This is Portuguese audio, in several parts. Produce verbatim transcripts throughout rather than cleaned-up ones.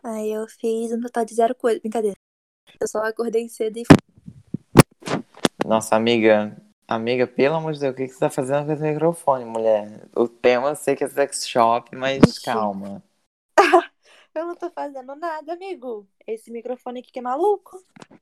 Aí eu fiz um total de zero coisa. Brincadeira. Eu só acordei cedo e. Nossa, amiga, amiga, pelo amor de Deus, o que que você tá fazendo com esse microfone, mulher? O tema eu sei que é sex shop, mas Ixi. calma. Eu não tô fazendo nada, amigo. Esse microfone aqui que é maluco.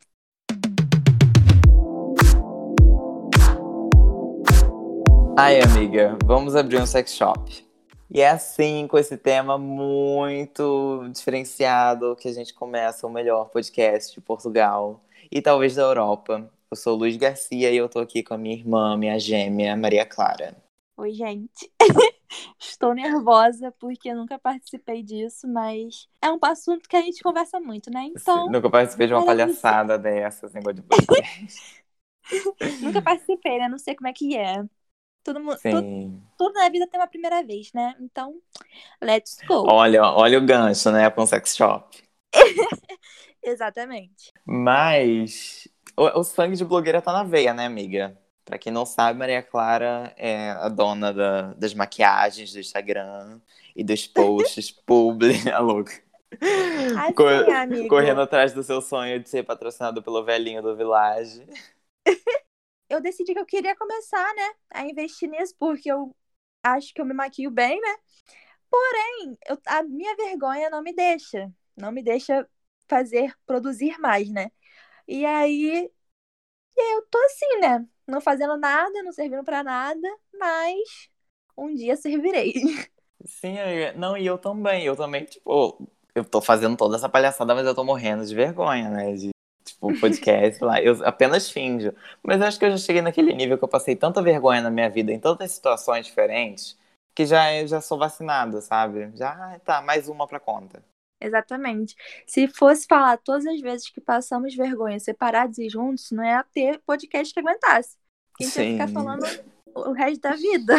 Ai, amiga, vamos abrir um sex shop. E é assim, com esse tema muito diferenciado, que a gente começa o melhor podcast de Portugal e talvez da Europa. Eu sou o Luiz Garcia e eu tô aqui com a minha irmã, minha gêmea, Maria Clara. Oi, gente. Estou nervosa porque eu nunca participei disso, mas é um assunto que a gente conversa muito, né? Então, Nunca participei de uma faremos. palhaçada dessas, negócio de podcast. Nunca participei, né? Não sei como é que é. Todo mundo, tudo, Sim. tudo na vida tem uma primeira vez, né? Então, let's go. Olha, olha o gancho, né, para um sex shop. Exatamente. Mas o, o sangue de blogueira tá na veia, né, amiga? Pra quem não sabe, Maria Clara é a dona da- das maquiagens do Instagram e dos posts publi, a louca. Assim, Co- correndo amigo, atrás do seu sonho de ser patrocinado pelo velhinho do Village. eu decidi que eu queria começar, né, a investir nisso, porque eu acho que eu me maquio bem, né? Porém, eu- a minha vergonha não me deixa, não me deixa fazer, produzir mais, né? E aí, e aí eu tô assim, né? Não fazendo nada, não servindo pra nada, mas um dia servirei. Sim, amiga. Não, e eu também. Eu também, tipo, eu tô fazendo toda essa palhaçada, mas eu tô morrendo de vergonha, né? De, tipo, podcast lá. Eu apenas finjo. Mas eu acho que eu já cheguei naquele nível que eu passei tanta vergonha na minha vida, em tantas situações diferentes, que já, eu já sou vacinado, sabe? Já, ah, tá, mais uma pra conta. Exatamente. Se fosse falar todas as vezes que passamos vergonha separados e juntos, não ia ter podcast que aguentasse. Porque a gente ia ficar Sim. falando o resto da vida.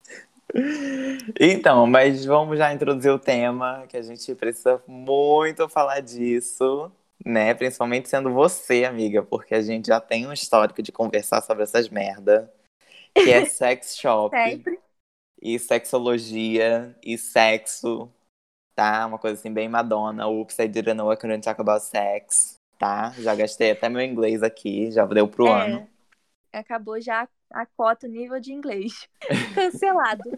Então, mas vamos já introduzir o tema, que a gente precisa muito falar disso, né? Principalmente sendo você, amiga, porque a gente já tem um histórico de conversar sobre essas merda, que é sex shop Sempre. e sexologia e sexo, tá? Uma coisa assim bem Madonna. Oops, I didn't know I couldn't talk about sex, tá? Já gastei até meu inglês aqui, já deu pro ano. É, acabou já a cota, o nível de inglês. Cancelado.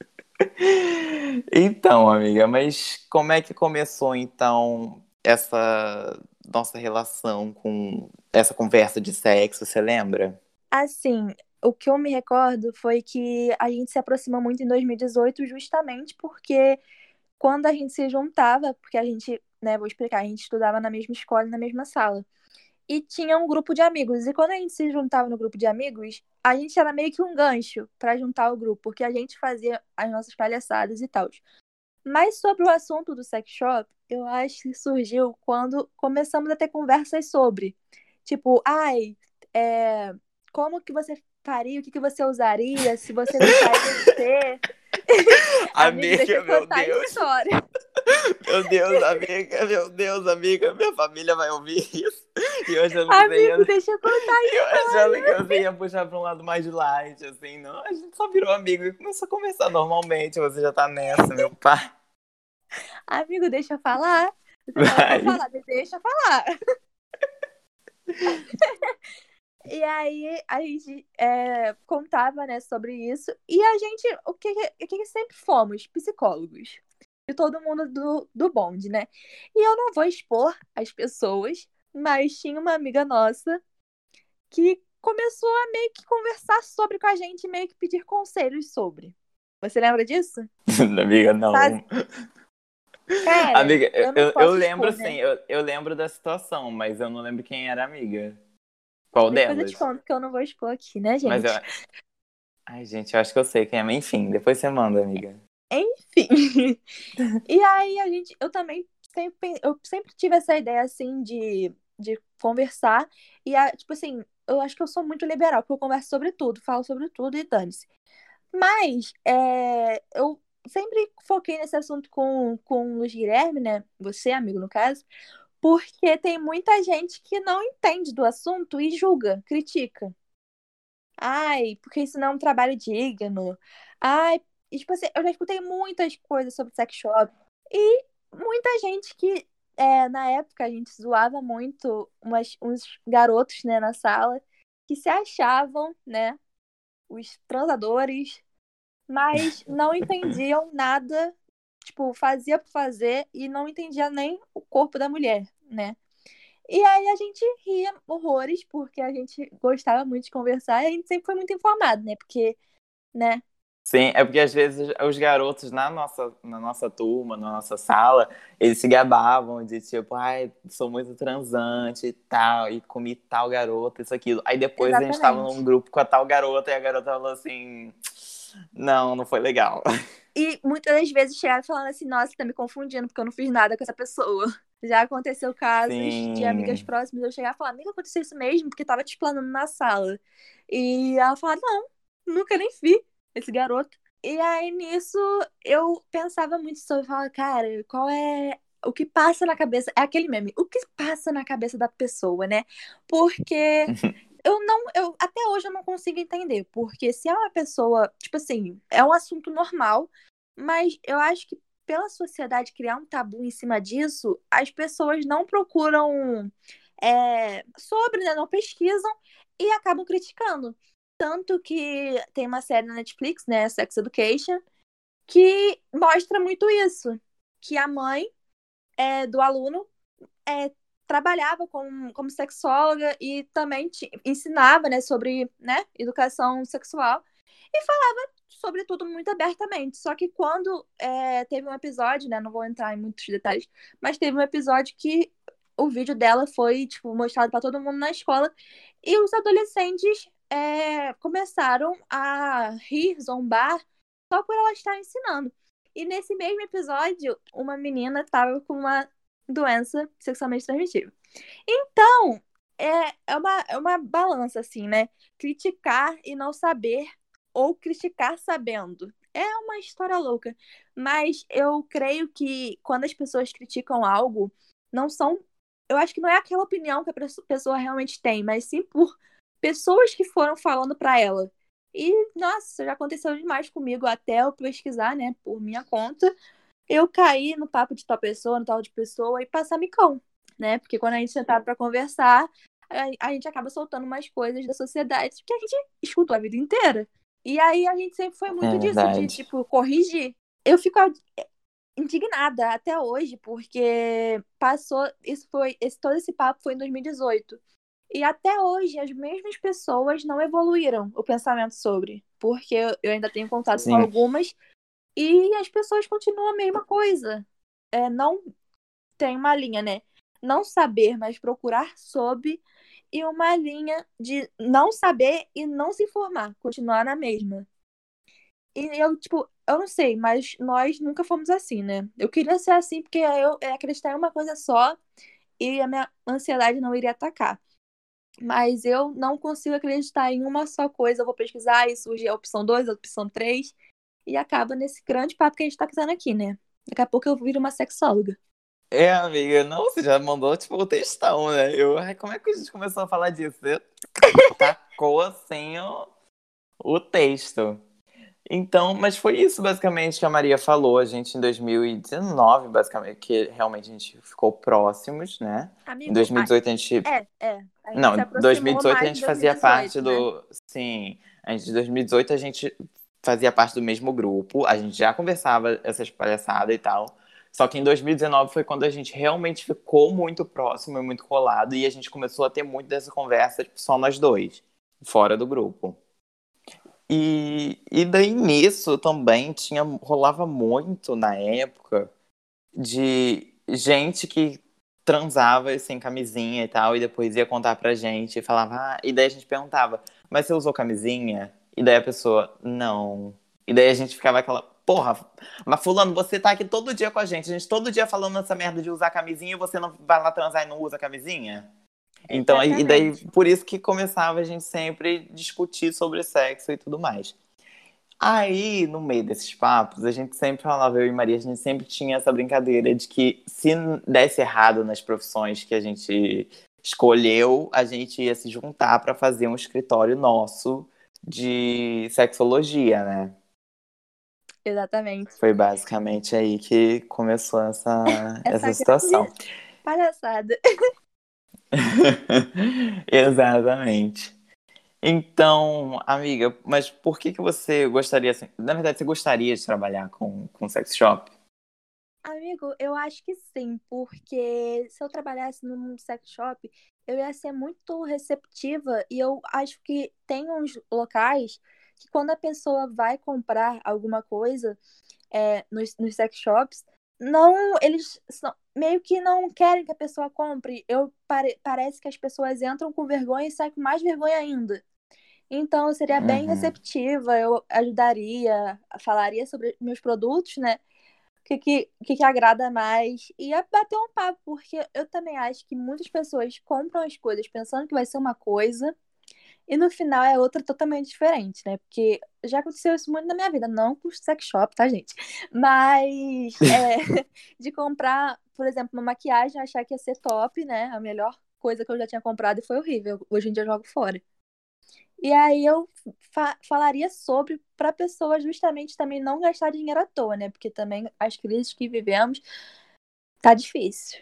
Então, amiga, mas como é que começou então essa nossa relação com essa conversa de sexo, você lembra? Assim, o que eu me recordo foi que a gente se aproximou muito em dois mil e dezoito, justamente porque quando a gente se juntava, porque a gente, né, vou explicar, a gente estudava na mesma escola e na mesma sala. E tinha um grupo de amigos. E quando a gente se juntava no grupo de amigos, a gente era meio que um gancho pra juntar o grupo, porque a gente fazia as nossas palhaçadas e tal. Mas sobre o assunto do sex shop, eu acho que surgiu quando começamos a ter conversas sobre. Tipo, ai, é, como que você faria, o que que você usaria, se você gostaria de ter. Amigo, deixa Amiga, eu meu contar a Deus. história. Meu Deus, amiga, meu Deus, amiga, minha família vai ouvir isso. E eu achando que você ia. Amigo, deixa eu contar a Eu achando que história. você ia puxar pra um lado mais de light, assim, não. A gente só virou amigo e começou a conversar normalmente. Você já tá nessa, meu pai. Amigo, deixa eu falar. Você falou pra eu Vai. falar, me deixa eu falar. E aí a gente é, contava, né, sobre isso. E a gente, o que, o que sempre fomos? Psicólogos. E todo mundo do, do bonde, né? E eu não vou expor as pessoas, mas tinha uma amiga nossa que começou a meio que conversar sobre com a gente, meio que pedir conselhos sobre. Você lembra disso? Amiga, não. Faz... Cara, Amiga, eu não eu, eu posso lembro expor, assim, né? eu, eu lembro da situação, mas eu não lembro quem era a amiga. Qual Depois eu te delas? conto que eu não vou expor aqui, né, Mas eu. gente? Ai, gente, eu acho que eu sei quem é. Mas enfim, depois você manda, amiga. Enfim. E aí a gente, eu também sempre, eu sempre tive essa ideia assim de, de conversar. E a, tipo assim, eu acho que eu sou muito liberal, porque eu converso sobre tudo, falo sobre tudo e dane-se. Mas é, eu sempre foquei nesse assunto com, com o Luiz Guilherme, né? Você, amigo, no caso, porque tem muita gente que não entende do assunto e julga, critica. Ai, porque isso não é um trabalho digno. Ai, e, tipo assim, eu já escutei muitas coisas sobre sex shop. E muita gente que é, na época a gente zoava muito umas, uns garotos, né, na sala que se achavam, né, os transadores, mas não entendiam nada, tipo, fazia por fazer e não entendia nem o corpo da mulher, né? E aí a gente ria horrores, porque a gente gostava muito de conversar e a gente sempre foi muito informado, né? Porque, né? Sim, é porque às vezes os garotos na nossa, na nossa turma, na nossa sala, eles se gabavam de tipo, ai, sou muito transante e tal, e comi tal garota, isso, aquilo. Aí depois a gente tava num Exatamente. grupo com a tal garota e a garota falou assim, não, não foi legal. E muitas das vezes chegava falando assim, nossa, tá me confundindo, porque eu não fiz nada com essa pessoa. Já aconteceu casos de amigas Sim. próximas eu chegar e falar, amiga, aconteceu isso mesmo, porque tava te explanando na sala. E ela fala, não, nunca nem vi esse garoto. E aí nisso eu pensava muito sobre, falar, cara, qual é o que passa na cabeça? É aquele meme, o que passa na cabeça da pessoa, né? Porque eu não, eu até hoje eu não consigo entender, porque se é uma pessoa, tipo assim, é um assunto normal, mas eu acho que pela sociedade criar um tabu em cima disso, as pessoas não procuram é, sobre, né, não pesquisam e acabam criticando. Tanto que tem uma série na Netflix, né, Sex Education, que mostra muito isso, que a mãe é, do aluno é, trabalhava como, como sexóloga e também te, ensinava, né, sobre, né, educação sexual e falava sobre tudo muito abertamente. Só que quando é, teve um episódio, né, não vou entrar em muitos detalhes, mas teve um episódio que o vídeo dela foi tipo mostrado para todo mundo na escola e os adolescentes é, começaram a rir, zombar só por ela estar ensinando. E nesse mesmo episódio, uma menina estava com uma doença sexualmente transmissível. Então, é, é, uma, é uma balança, assim, né? Criticar e não saber, ou criticar sabendo. É uma história louca. Mas eu creio que quando as pessoas criticam algo, não são. Eu acho que não é aquela opinião que a pessoa realmente tem, mas sim por pessoas que foram falando pra ela. E, nossa, já aconteceu demais comigo até eu pesquisar, né, por minha conta eu cair no papo de tal pessoa, no tal de pessoa e passar micão, né? Porque quando a gente sentava pra conversar, a, a gente acaba soltando umas coisas da sociedade que a gente escutou a vida inteira. E aí a gente sempre foi É muito disso, de, verdade. tipo, corrigir. Eu fico indignada até hoje, porque passou, isso foi, esse, todo esse papo foi em dois mil e dezoito. E até hoje as mesmas pessoas não evoluíram o pensamento sobre, porque eu ainda tenho contato com Sim. algumas e as pessoas continuam a mesma coisa. É, não tem uma linha, né? Não saber, mas procurar sobre. E uma linha de não saber e não se informar. Continuar na mesma. E eu, tipo, eu não sei, mas nós nunca fomos assim, né? Eu queria ser assim porque eu é acreditar em uma coisa só e a minha ansiedade não iria atacar. Mas eu não consigo acreditar em uma só coisa. Eu vou pesquisar e surge a opção dois, a opção três e acaba nesse grande papo que a gente tá fazendo aqui, né? Daqui a pouco eu viro uma sexóloga. É, amiga, não, você já mandou, tipo, o textão, né? Eu, ai, como é que a gente começou a falar disso? Você tacou, assim, o, o texto. Então, mas foi isso, basicamente, que a Maria falou. A gente, em dois mil e dezenove, basicamente, que realmente a gente ficou próximos, né? Em Amigo, a- dois mil e dezoito a gente... é, é. A gente Não, se em dois mil e aproximou dezoito a mais em gente fazia dois mil e dezoito, parte né? do... Sim, a gente, em dois mil e dezoito a gente fazia parte do mesmo grupo. A gente já conversava essas palhaçadas e tal. Só que em dois mil e dezenove foi quando a gente realmente ficou muito próximo e muito colado. E a gente começou a ter muito dessa conversa, tipo, só nós dois, fora do grupo. E, e daí nisso também tinha, rolava muito na época de gente que transava sem camisinha e tal, e depois ia contar pra gente e falava, ah, e daí a gente perguntava, mas você usou camisinha? E daí a pessoa, não. E daí a gente ficava aquela, porra, mas fulano, você tá aqui todo dia com a gente, a gente todo dia falando essa merda de usar camisinha e você não vai lá transar e não usa camisinha? Então, e daí, Exatamente. por isso que começava a gente sempre discutir sobre sexo e tudo mais. Aí, no meio desses papos, a gente sempre falava, eu e Maria, a gente sempre tinha essa brincadeira de que se desse errado nas profissões que a gente escolheu, a gente ia se juntar para fazer um escritório nosso de sexologia, né? Exatamente. Foi basicamente aí que começou essa, essa Essa grande, situação. Palhaçada. Exatamente. Então, amiga, mas por que que você gostaria, assim, na verdade, você gostaria de trabalhar com, com sex shop? Amigo, eu acho que sim, porque se eu trabalhasse num sex shop, eu ia ser muito receptiva e eu acho que tem uns locais que quando a pessoa vai comprar alguma coisa é, nos, nos sex shops, não, eles são- meio que não querem que a pessoa compre. Eu pare- parece que as pessoas entram com vergonha e saem com mais vergonha ainda. Então, eu seria bem Uhum. receptiva, eu ajudaria, falaria sobre meus produtos, né? O que, que, o que, que agrada mais. E ia bater um papo, porque eu também acho que muitas pessoas compram as coisas pensando que vai ser uma coisa e no final é outra totalmente diferente, né? Porque já aconteceu isso muito na minha vida, não com sex shop, tá, gente? Mas é, de comprar, por exemplo, uma maquiagem, achar que ia ser top, né? A melhor coisa que eu já tinha comprado e foi horrível. Hoje em dia eu jogo fora. E aí eu fa- falaria sobre para pessoas justamente também não gastar dinheiro à toa, né? Porque também as crises que vivemos tá difícil.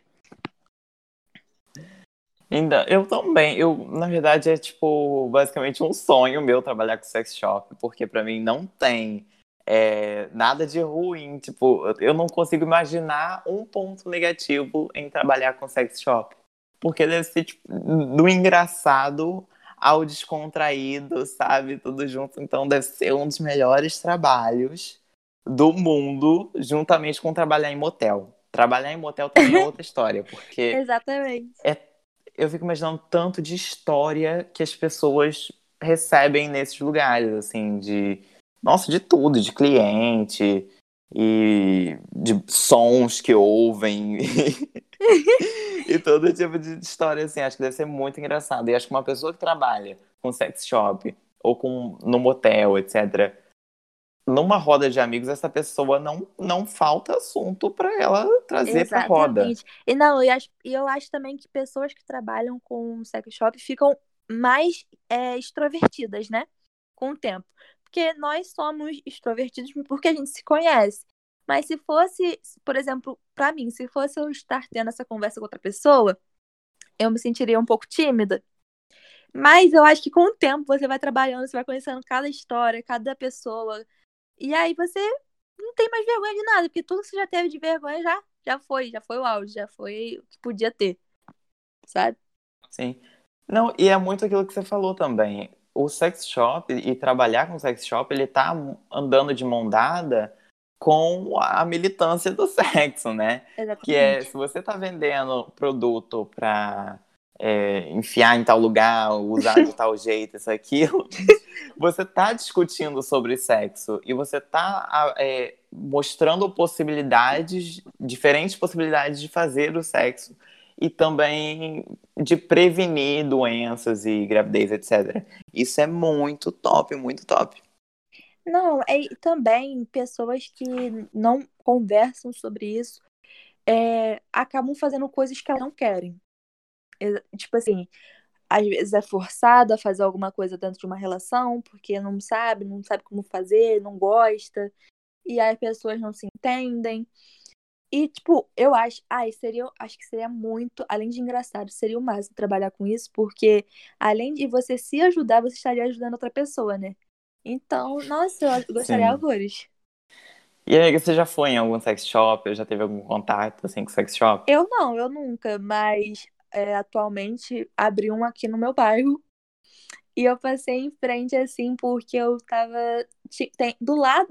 Ainda, eu também. Eu, na verdade, é tipo, basicamente um sonho meu trabalhar com sex shop, porque pra mim não tem é, nada de ruim. Tipo, eu não consigo imaginar um ponto negativo em trabalhar com sex shop. Porque deve ser, tipo, do engraçado ao descontraído, sabe? Tudo junto. Então deve ser um dos melhores trabalhos do mundo, juntamente com trabalhar em motel. Trabalhar em motel também é outra história, porque Exatamente. é eu fico imaginando tanto de história que as pessoas recebem nesses lugares, assim, de, nossa, de tudo, de cliente e de sons que ouvem e todo tipo de história, assim, acho que deve ser muito engraçado. E acho que uma pessoa que trabalha com sex shop ou com no motel, etcétera, numa roda de amigos, essa pessoa não, não falta assunto para ela trazer pra roda. Exatamente. E não, e acho- e eu acho também que pessoas que trabalham com sex shop ficam mais é, extrovertidas, né? Com o tempo. Porque nós somos extrovertidos porque a gente se conhece. Mas se fosse, por exemplo, pra mim, se fosse eu estar tendo essa conversa com outra pessoa, eu me sentiria um pouco tímida. Mas eu acho que com o tempo você vai trabalhando, você vai conhecendo cada história, cada pessoa. E aí você não tem mais vergonha de nada, porque tudo que você já teve de vergonha já, já foi, já foi o auge, já foi o que podia ter, sabe? Sim. Não, e é muito aquilo que você falou também. O sex shop e trabalhar com sex shop, ele tá andando de mão dada com a militância do sexo, né? Que é, se Exatamente. você tá vendendo produto pra é, enfiar em tal lugar, usar de tal jeito, isso, aquilo, você tá discutindo sobre sexo e você tá a- é, mostrando possibilidades, diferentes possibilidades de fazer o sexo e também de prevenir doenças e gravidez, etcétera. Isso é muito top, muito top. Não, é, e também pessoas que não conversam sobre isso é, acabam fazendo coisas que elas não querem. Exa- Tipo assim, às vezes é forçado a fazer alguma coisa dentro de uma relação porque não sabe, não sabe como fazer, não gosta, e aí as pessoas não se entendem. E, tipo, eu acho, ai, seria, acho que seria muito, além de engraçado, seria o máximo trabalhar com isso, porque além de você se ajudar, você estaria ajudando outra pessoa, né? Então, nossa, eu gostaria Sim. horrores. E aí, você já foi em algum sex shop? Ou já teve algum contato assim com sex shop? Eu não, eu nunca, mas é, atualmente abri um aqui no meu bairro e eu passei em frente assim porque eu tava ti- tem, do lado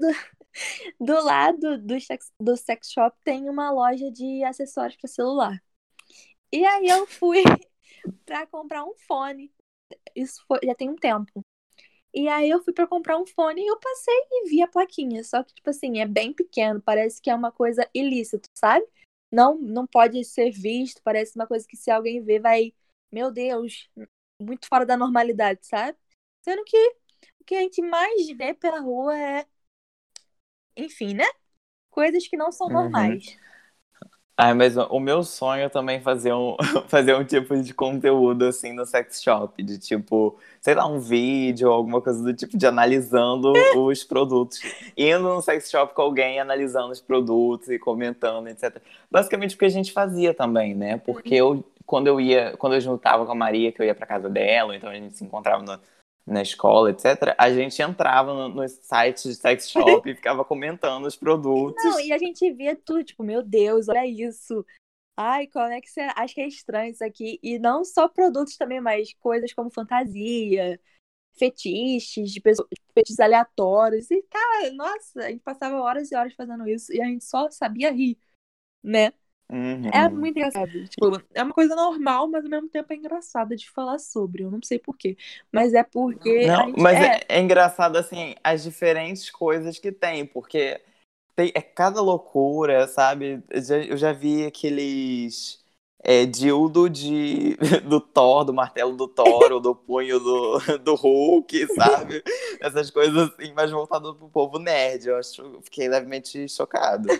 do lado do sex, do sex shop tem uma loja de acessórios para celular. E aí eu fui pra comprar um fone. Isso foi, já tem um tempo. E aí eu fui pra comprar um fone e eu passei e vi a plaquinha. Só que, tipo assim, é bem pequeno. Parece que é uma coisa ilícita, sabe? Não, não pode ser visto. Parece uma coisa que se alguém ver vai. Meu Deus, muito fora da normalidade, sabe? Sendo que o que a gente mais vê pela rua é, enfim, né? Coisas que não são Uhum. normais. Ai, mas o meu sonho é também fazer um, fazer um tipo de conteúdo assim no sex shop, de tipo, sei lá, um vídeo ou alguma coisa do tipo de analisando os produtos. Indo no sex shop com alguém analisando os produtos e comentando, etcétera. Basicamente o que a gente fazia também, né? Porque eu, quando eu ia, quando eu juntava com a Maria, que eu ia pra casa dela, ou então a gente se encontrava no, na escola, etcétera, a gente entrava no- nos sites de sex shop e ficava comentando os Não, produtos. e a gente via tudo, tipo, meu Deus, olha isso. Ai, como é que será? Acho que é estranho isso aqui. E não só produtos também, mas coisas como fantasia, fetiches, de pessoas, fetiches aleatórios. E, cara, nossa, a gente passava horas e horas fazendo isso e a gente só sabia rir, né? É Uhum. muito engraçado. Tipo, é uma coisa normal, mas ao mesmo tempo é engraçada de falar sobre. Eu não sei por quê. Mas é porque a Não, gente. mas É, é, é engraçado, assim, as diferentes coisas que tem, porque tem, é cada loucura, sabe? Eu já, eu já vi aqueles é, dildo de, do Thor, do martelo do Thor, ou do punho do, do Hulk, sabe? Essas coisas assim, mais voltadas pro povo nerd. Eu acho, eu fiquei levemente chocado.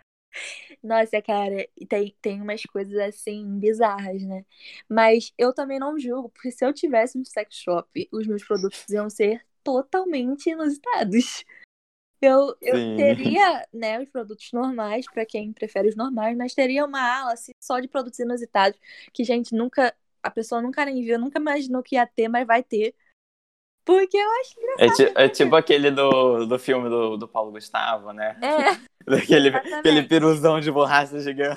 nossa, cara, e tem, tem umas coisas assim bizarras, né? Mas eu também não julgo, porque se eu tivesse um sex shop, os meus produtos iam ser totalmente inusitados. Eu, eu Sim. teria, né, os produtos normais, pra quem prefere os normais, mas teria uma ala assim, só de produtos inusitados, que, gente, nunca, a pessoa nunca nem viu, nunca imaginou que ia ter, mas vai ter. Porque eu acho É, engraçado, ti- né? é Porque, tipo aquele do, do filme do, do Paulo Gustavo, né? é, Daquele, aquele exatamente. piruzão de borracha gigante.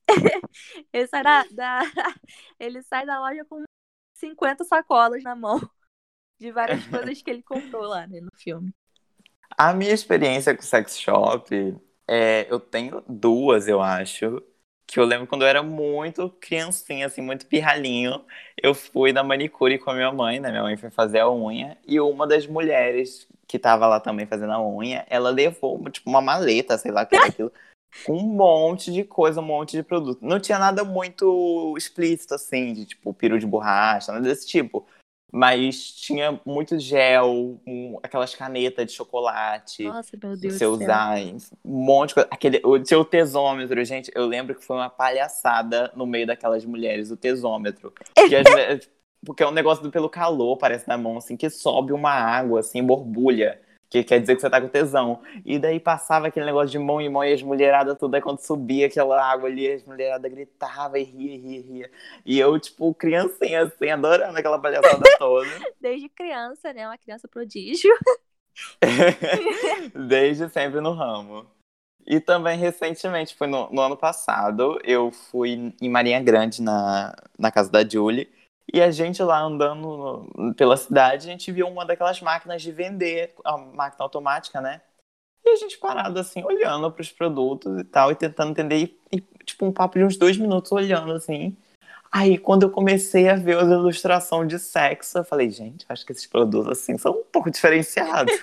Ele sai da, da, ele sai da loja com cinquenta sacolas na mão de várias coisas que ele comprou lá, né, no filme. A minha experiência com sex shop, é, eu tenho duas, eu acho. Que eu lembro quando eu era muito criancinha, assim, muito pirralhinho. Eu fui na manicure com a minha mãe, né? Minha mãe foi fazer a unha. E uma das mulheres que tava lá também fazendo a unha, ela levou, tipo, uma maleta, sei lá o que era aquilo, com um monte de coisa, um monte de produto. Não tinha nada muito explícito, assim, de, tipo, peru de borracha, nada desse tipo. Mas tinha muito gel, um- aquelas canetas de chocolate Nossa, meu pra Deus você do céu. usar, um monte de coisa. Aquele, o, tinha o tesômetro, gente. Eu lembro que foi uma palhaçada no meio daquelas mulheres, o tesômetro. Porque, as, mulheres- porque é um negócio do, pelo calor, parece na mão, assim, que sobe uma água, assim, borbulha. Que quer dizer que você tá com tesão. E daí passava aquele negócio de mão em mão e as mulheradas tudo. Aí quando subia aquela água ali, as mulheradas gritavam e ria, ria, ria. E eu, tipo, criancinha, assim, adorando aquela palhaçada toda. Desde criança, né, uma criança prodígio. Desde sempre no ramo. E também, recentemente, foi no, no ano passado, eu fui em Marinha Grande, na, na casa da Julie, e a gente lá andando no- pela cidade, a gente viu uma daquelas máquinas de vender, a máquina automática, né? E a gente parado assim, olhando para os produtos e tal, e tentando entender, e, e, tipo, um papo de uns dois minutos olhando assim. Aí, quando eu comecei a ver as ilustrações de sexo, eu falei, gente, acho que esses produtos assim são um pouco diferenciados.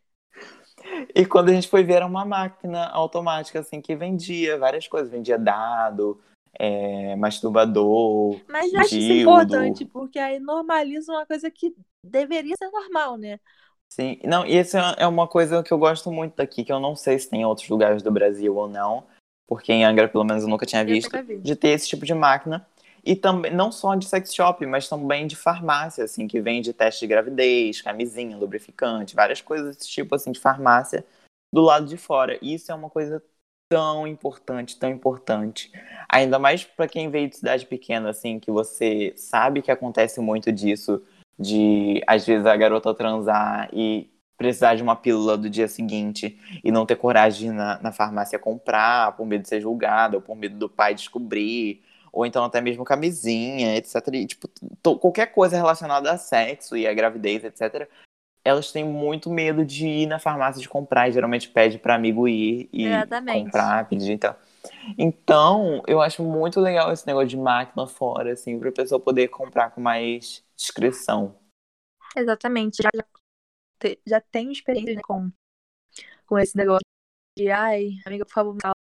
E quando a gente foi ver, era uma máquina automática, assim, que vendia várias coisas. Vendia dado, é, masturbador, Mas eu acho isso importante, dildo. porque aí normaliza uma coisa que deveria ser normal, né? Sim. Não, e isso é uma coisa que eu gosto muito daqui, que eu não sei se tem em outros lugares do Brasil ou não, porque em Angra, pelo menos, eu nunca tinha Eu visto, nunca vi. de ter esse tipo de máquina. E também, não só de sex shop, mas também de farmácia, assim, que vende teste de gravidez, camisinha, lubrificante, várias coisas desse tipo, assim, de farmácia do lado de fora. E isso é uma coisa tão importante, tão importante. Ainda mais para quem veio de cidade pequena, assim, que você sabe que acontece muito disso, de às vezes a garota transar e precisar de uma pílula do dia seguinte e não ter coragem de ir na, na farmácia comprar, por medo de ser julgada, ou por medo do pai descobrir, ou então até mesmo camisinha, etcétera. E, tipo, to- qualquer coisa relacionada a sexo e a gravidez, etcétera, elas têm muito medo de ir na farmácia de comprar, e geralmente pede para amigo ir e Exatamente. comprar, pedir, então. Então, eu acho muito legal esse negócio de máquina fora, assim, pra pessoa poder comprar com mais discrição. Exatamente. Já, já, te- já tenho experiência, né, com, com esse negócio de, ai, amiga, por favor, me fala.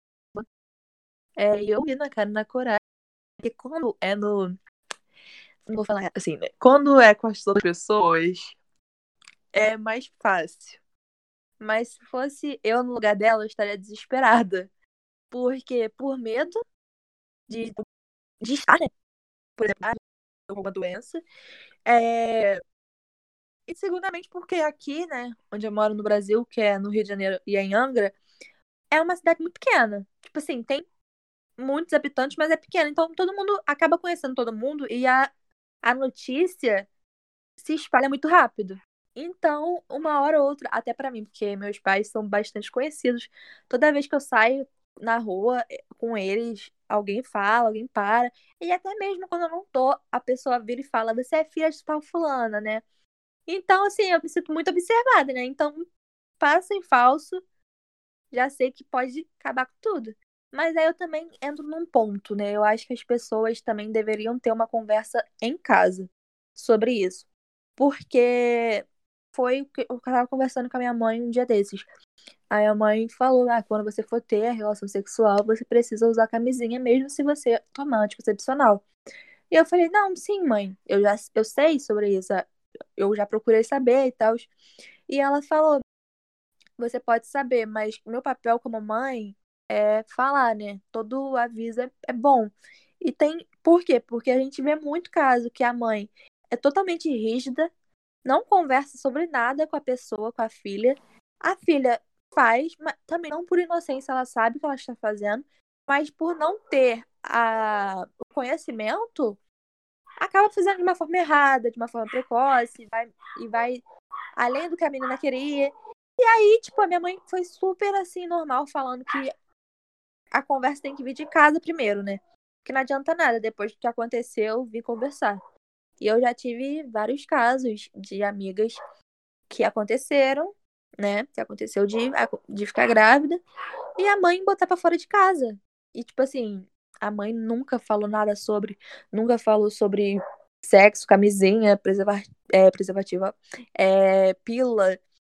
É, e eu vi na cara, na coragem. Porque quando é no. Não vou falar assim, né? Quando é com as outras pessoas, é mais fácil. Mas se fosse eu no lugar dela, eu estaria desesperada. Porque, por medo. de, de estar, né? Por exemplo, ah, alguma doença. É... E segundamente porque aqui, né, onde eu moro no Brasil, que é no Rio de Janeiro e é em Angra, é uma cidade muito pequena. Tipo assim, tem muitos habitantes, mas é pequena. Então todo mundo acaba conhecendo todo mundo e a, a notícia se espalha muito rápido. Então, uma hora ou outra, até pra mim, porque meus pais são bastante conhecidos. Toda vez que eu saio na rua eh, com eles, alguém fala, alguém para. E até mesmo quando eu não tô, a pessoa vira e fala: Você é filha de tal fulana, né? Então, assim, eu me sinto muito observada, né? Então, passa em falso, já sei que pode acabar com tudo. Mas aí eu também entro num ponto, né? Eu acho que as pessoas também deveriam ter uma conversa em casa sobre isso. Porque foi o que eu tava conversando com a minha mãe um dia desses. Aí a mãe falou: ah, quando você for ter a relação sexual, você precisa usar camisinha, mesmo se você tomar anticoncepcional. E eu falei: não, sim, mãe, eu já eu sei sobre isso, eu já procurei saber e tal. E ela falou: você pode saber, mas meu papel como mãe é falar, né? Todo aviso é, é bom. E tem. Por quê? Porque a gente vê muito caso que a mãe é totalmente rígida, não conversa sobre nada com a pessoa, com a filha. A filha faz, mas também não por inocência, ela sabe o que ela está fazendo, mas por não ter a, o conhecimento, acaba fazendo de uma forma errada, de uma forma precoce, vai, e vai além do que a menina queria. E aí, tipo, a minha mãe foi super assim, normal, falando que a conversa tem que vir de casa primeiro, né? Que não adianta nada, depois do que aconteceu, vir conversar. E eu já tive vários casos de amigas que aconteceram, né? Que aconteceu de, de ficar grávida e a mãe botar pra fora de casa. E, tipo assim, a mãe nunca falou nada sobre, nunca falou sobre sexo, camisinha, preserva, é, preservativa, é, pílula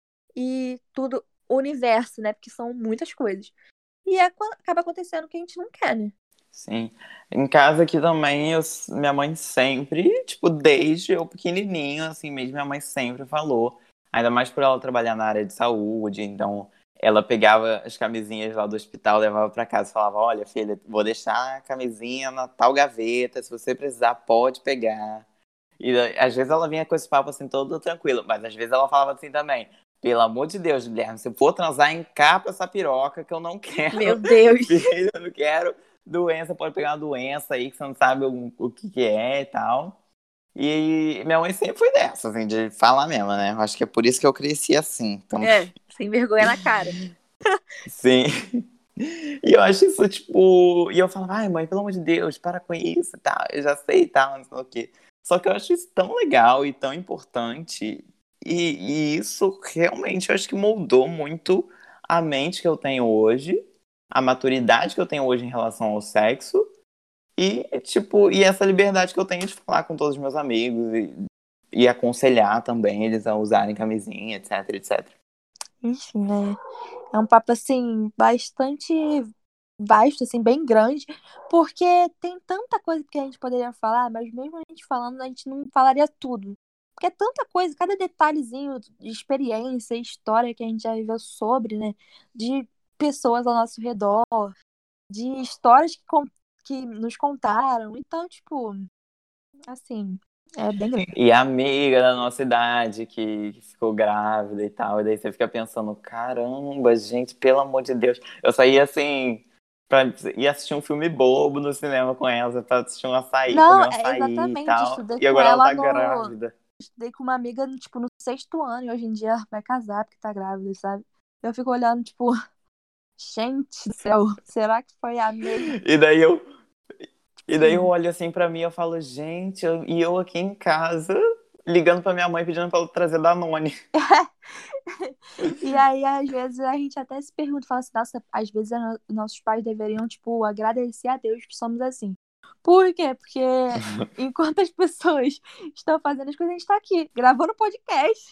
e tudo, o universo, né? Porque são muitas coisas. E é, acaba acontecendo o que a gente não quer, né? Sim. Em casa aqui também, eu, minha mãe sempre, tipo, desde eu pequenininho, assim mesmo, minha mãe sempre falou. Ainda mais por ela trabalhar na área de saúde, então ela pegava as camisinhas lá do hospital, levava pra casa e falava: olha, filha, vou deixar a camisinha na tal gaveta, se você precisar, pode pegar. E às vezes ela vinha com esse papo assim, todo tranquilo, mas às vezes ela falava assim também: pelo amor de Deus, Guilherme, se for transar, encapa essa piroca que eu não Meu quero, Deus! filho, eu não quero doença, pode pegar uma doença aí que você não sabe o, o que, que é e tal. E minha mãe sempre foi dessa, assim, de falar mesmo, né? Eu acho que é por isso que eu cresci assim. Então, É, sem vergonha na cara. sim. E eu acho isso, tipo. E eu falava: ai, mãe, pelo amor de Deus, para com isso e tal. Eu já sei e tal, não sei o quê. Só que eu acho isso tão legal e tão importante. E, e isso realmente eu acho que moldou muito a mente que eu tenho hoje, a maturidade que eu tenho hoje em relação ao sexo. E, tipo, e essa liberdade que eu tenho de falar com todos os meus amigos e, e aconselhar também eles a usarem camisinha, etc, etcétera. Enfim, né? É um papo, assim, bastante vasto, assim, bem grande, porque tem tanta coisa que a gente poderia falar, mas mesmo a gente falando, a gente não falaria tudo. Porque é tanta coisa, cada detalhezinho de experiência, história que a gente já viveu sobre, né? De pessoas ao nosso redor, de histórias que, con- que nos contaram. Então, tipo, assim, é bem grande. E a amiga da nossa idade que, que ficou grávida e tal. E daí você fica pensando: caramba, gente, pelo amor de Deus. Eu saía assim, pra ir assistir um filme bobo no cinema com ela, pra assistir um açaí, Não, comer um é açaí e exatamente. tal. Estudei E com agora ela ela tá no. grávida. Estudei com uma amiga, tipo, no sexto ano, e hoje em dia vai casar porque tá grávida, sabe? Eu fico olhando, tipo, gente do céu, será que foi a mesma? E daí eu, e daí eu Sim. olho assim pra mim e eu falo: gente, eu- e eu aqui em casa, ligando pra minha mãe pedindo pra ela trazer Danone. E aí, às vezes, a gente até se pergunta, fala assim, nossa, às vezes a- nossos pais deveriam, tipo, agradecer a Deus que somos assim. Por quê? Porque enquanto as pessoas estão fazendo as coisas, a gente tá aqui, gravando podcast,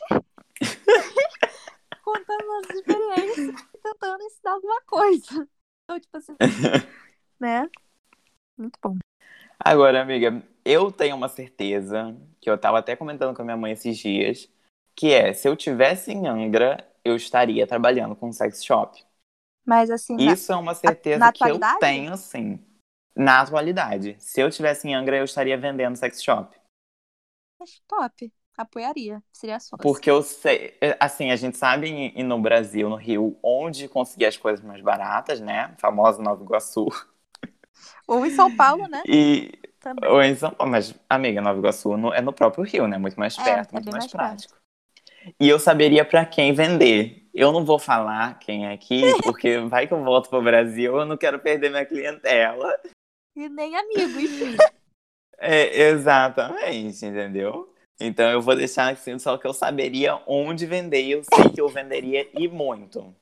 contando nossas experiências e tentando ensinar alguma coisa. Então, tipo assim, né? Muito bom. Agora, amiga, eu tenho uma certeza, que eu tava até comentando com a minha mãe esses dias, que é: se eu tivesse em Angra, eu estaria trabalhando com sex shop. Mas assim, na, Isso é uma a- na certeza que eu atualidade? tenho, sim. na atualidade. Se eu tivesse em Angra, eu estaria vendendo sex shop. Acho top. Apoiaria. Seria sócia. Porque eu sei, assim, a gente sabe em- em- no Brasil, no Rio, onde conseguir as coisas mais baratas, né? Famosa Nova Iguaçu. Ou em São Paulo, né? E. Também. Ou em São Paulo, mas, amiga, Nova Iguaçu no- é no próprio Rio, né? Muito mais É, perto, é muito bem mais mais perto. prático. E eu saberia pra quem vender. Eu não vou falar quem é aqui, porque vai que eu volto pro Brasil, eu não quero perder minha clientela. E nem amigos. É, exatamente, entendeu? Então eu vou deixar assim, só que eu saberia onde vender, e eu sei que eu venderia e muito.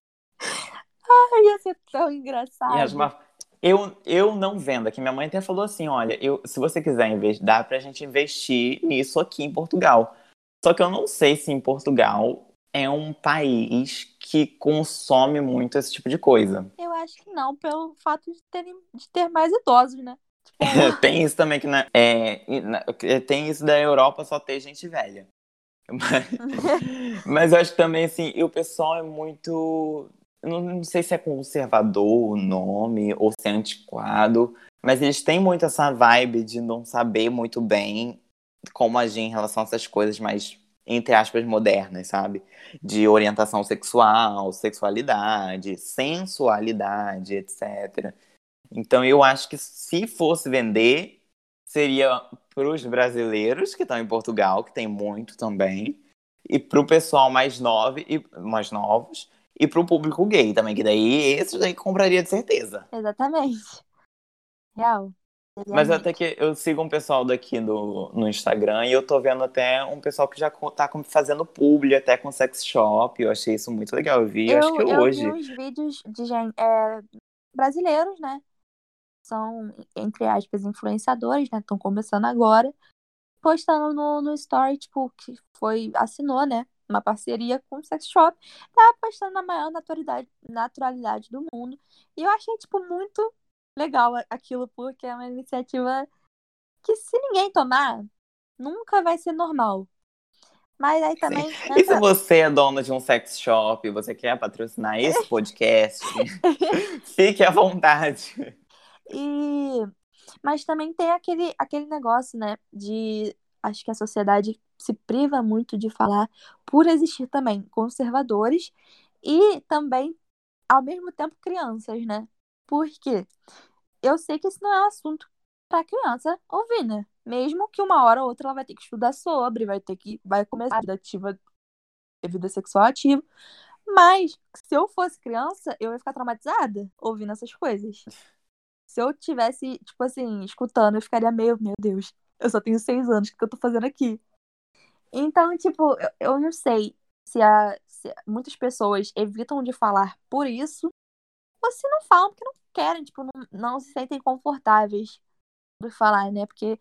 Ai, ia ser tão E engraçado. Asmar, eu, eu não vendo aqui. Minha mãe até falou assim: olha, eu, se você quiser investir, dá pra gente investir nisso aqui em Portugal. Só que eu não sei se em Portugal é um país que consome muito esse tipo de coisa. Eu acho que não, pelo fato de, terem, de ter mais idosos, né? Tipo, Tem isso também que né, é, e na- é, tem isso da Europa só ter gente velha. Mas, mas eu acho que também assim, e o pessoal é muito. Eu Não, não sei se é conservador o nome ou se é antiquado, mas eles têm muito essa vibe de não saber muito bem como agir em relação a essas coisas mais, entre aspas, modernas, sabe? De orientação sexual, sexualidade, sensualidade, etcétera. Então eu acho que se fosse vender, seria para os brasileiros que estão em Portugal, que tem muito também, e para o pessoal mais novo e mais novos, e para o público gay também, que daí esses daí compraria de certeza. exatamente. Real. Seria Mas até muito. que eu sigo um pessoal daqui no, no Instagram e eu tô vendo até um pessoal que já co- tá com- fazendo publi até com sex shop. Eu achei isso muito legal. Eu vi, acho Eu, que eu vi hoje. uns vídeos de gente, é, brasileiros, né? São, entre aspas, influenciadores, né? Estão começando agora. Postando no, no story, tipo, que foi, assinou, né? Uma parceria com o sex shop. Tá postando na maior naturalidade, naturalidade do mundo. E eu achei, tipo, muito legal a- aquilo, porque é uma iniciativa que se ninguém tomar, nunca vai ser normal. Mas aí Sim. também E se entra. você é dona de um sex shop, você quer patrocinar esse podcast, fique à vontade. E mas também tem aquele, aquele negócio, né? De. Acho que a sociedade se priva muito de falar por existir também conservadores e também, ao mesmo tempo, crianças, né? Por quê? Eu sei que esse não é um assunto para criança ouvir, né? Mesmo que uma hora ou outra ela vai ter que estudar sobre, vai ter que. Vai começar a vida ativa, a vida sexual ativa. Mas, se eu fosse criança, eu ia ficar traumatizada ouvindo essas coisas. Se eu tivesse, tipo assim, escutando, eu ficaria meio, meu Deus, eu só tenho seis anos, o que eu tô fazendo aqui? Então, tipo, eu, eu não sei se, a, se muitas pessoas evitam de falar por isso, ou se não falam porque não querem, tipo, não, não se sentem confortáveis por falar, né? Porque,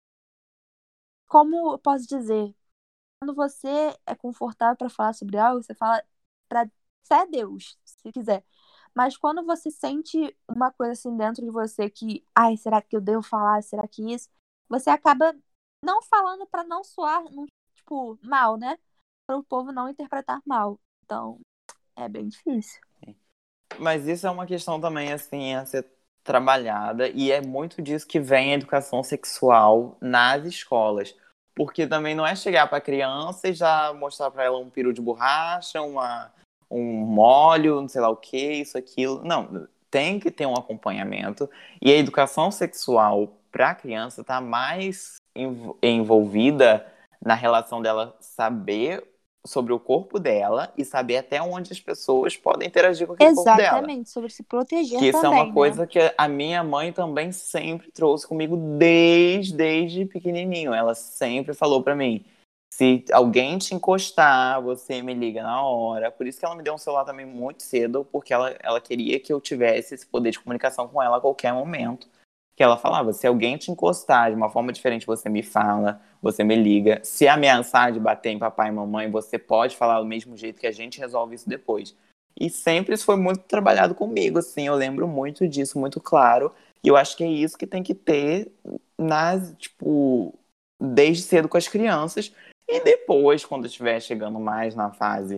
como eu posso dizer, quando você é confortável pra falar sobre algo, você fala pra até Deus, se quiser. Mas quando você sente uma coisa assim dentro de você que, ai, será que eu devo falar? Será que isso? Você acaba não falando pra não soar, não, tipo, mal, né? Para o povo não interpretar mal. Então, é bem difícil. Mas isso é uma questão também, assim, a ser trabalhada, e é muito disso que vem a educação sexual nas escolas. Porque também não é chegar para a criança e já mostrar para ela um peru de borracha, uma, um molho, não sei lá o que, isso, aquilo. Não, tem que ter um acompanhamento. E a educação sexual para a criança está mais env- envolvida na relação dela saber sobre o corpo dela e saber até onde as pessoas podem interagir com aquele corpo dela. Exatamente, sobre se proteger Que isso é uma também, né? coisa que a minha mãe também sempre trouxe comigo desde, desde pequenininho. Ela sempre falou pra mim: se alguém te encostar, você me liga na hora. Por isso que ela me deu um celular também muito cedo, porque ela, ela queria que eu tivesse esse poder de comunicação com ela a qualquer momento. Que ela falava: se alguém te encostar de uma forma diferente, você me fala, você me liga. Se ameaçar de bater em papai e mamãe, você pode falar do mesmo jeito que a gente resolve isso depois. E sempre isso foi muito trabalhado comigo, assim, eu lembro muito disso, muito claro. E eu acho que é isso que tem que ter nas, tipo, desde cedo com as crianças. E depois, quando estiver chegando mais na fase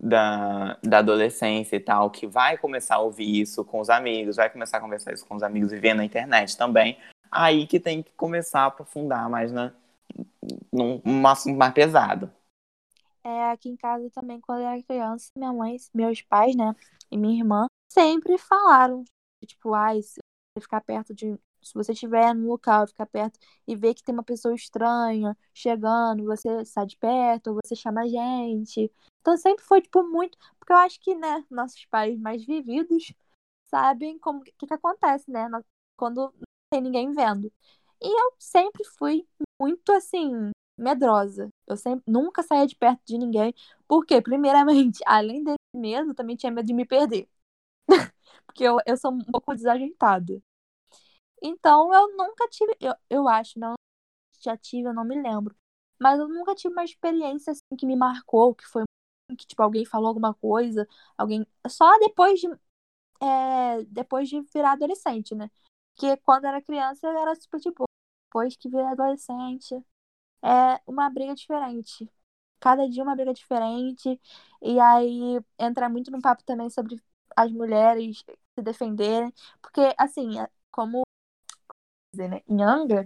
da, da adolescência e tal, que vai começar a ouvir isso com os amigos, vai começar a conversar isso com os amigos e ver na internet também, aí que tem que começar a aprofundar mais na, num, num assunto mais pesado. É, aqui em casa também, quando eu era criança, minha mãe, meus pais, né, e minha irmã, sempre falaram, tipo, ai, se você ficar perto de... Se você estiver no local, ficar perto e ver que tem uma pessoa estranha chegando, você sai de perto, ou você chama a gente. Então sempre foi, tipo, muito... Porque eu acho que, né, nossos pais mais vividos sabem como o que, que acontece, né, na- quando não tem ninguém vendo. E eu sempre fui muito, assim, medrosa. Eu sempre, nunca saía de perto de ninguém. Porque, primeiramente, além desse medo, eu também tinha medo de me perder. Porque eu, eu sou um pouco desajeitada. Então, eu nunca tive, eu, eu acho, não já tive, eu não me lembro. Mas eu nunca tive uma experiência assim que me marcou, que foi que tipo alguém falou alguma coisa, alguém só depois de é, depois de virar adolescente, né? Porque quando era criança eu era super tipo, depois que virei adolescente, é uma briga diferente. Cada dia uma briga diferente. E aí entra muito no papo também sobre as mulheres se defenderem, porque assim, é, como dizer, né, em Angra,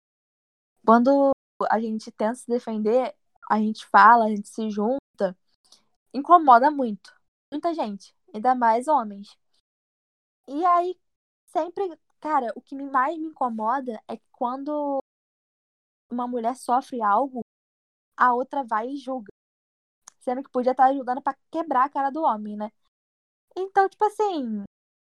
quando a gente tenta se defender, a gente fala, a gente se junta, incomoda muito. Muita gente, ainda mais homens. E aí, sempre, cara, o que me- mais me incomoda é que quando uma mulher sofre algo, a outra vai e julga. Sendo que podia estar ajudando pra quebrar a cara do homem, né? Então, tipo assim,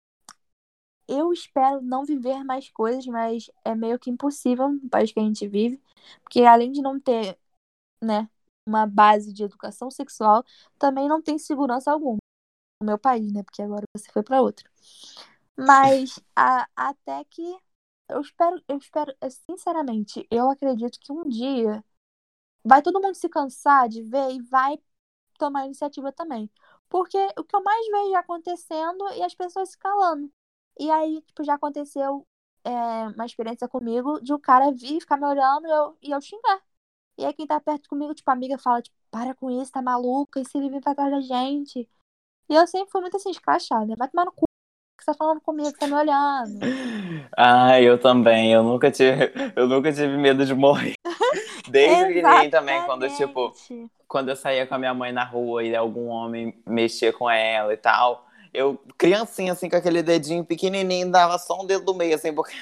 eu espero não viver mais coisas, mas é meio que impossível no país que a gente vive. Porque além de não ter, né, uma base de educação sexual, também não tem segurança alguma no meu país, né? Porque agora você foi para outro. Mas a- até que eu espero, eu espero, eu, sinceramente, eu acredito que um dia vai todo mundo se cansar de ver e vai tomar iniciativa também. Porque o que eu mais vejo é acontecendo e as pessoas se calando. E aí, tipo, já aconteceu é, uma experiência comigo de o cara vir ficar me olhando e eu, e eu xingar. E aí quem tá perto comigo, tipo, a amiga fala, tipo, para com isso, tá maluca, e se ele vir pra trás da gente? E eu sempre fui muito assim, escrachada. Vai tomar no cu, que você tá falando comigo, que tá me olhando. Ah, eu também. Eu nunca tive, eu nunca tive medo de morrer. Desde pequenininho também, quando, tipo, Exatamente. quando eu saía com a minha mãe na rua e algum homem mexia com ela e tal, eu, criancinha, assim, com aquele dedinho pequenininho, dava só um dedo do meio, assim, porque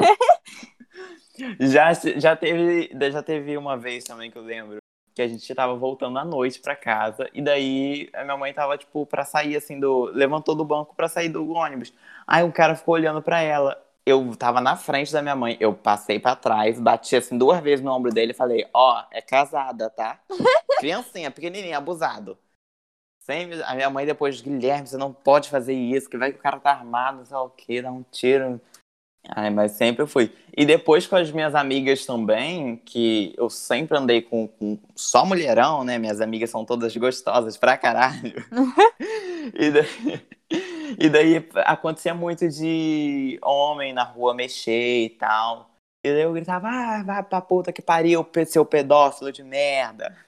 já, já teve, já teve uma vez também que eu lembro que a gente tava voltando à noite pra casa e daí a minha mãe tava, tipo, pra sair, assim, do... levantou do banco pra sair do ônibus. Aí o cara ficou olhando pra ela. Eu tava na frente da minha mãe, eu passei pra trás, bati, assim, duas vezes no ombro dele e falei, ó, oh, é casada, tá? Criancinha, pequenininha, abusado. Sempre, a minha mãe depois, Guilherme, você não pode fazer isso, que vai que o cara tá armado, não sei lá o quê, dá um tiro. Ai, mas sempre eu fui. E depois com as minhas amigas também, que eu sempre andei com, com só mulherão, né? Minhas amigas são todas gostosas pra caralho. E daí, e daí acontecia muito de homem na rua mexer e tal. E daí eu gritava, ah, vai pra puta que pariu, seu pedófilo de merda.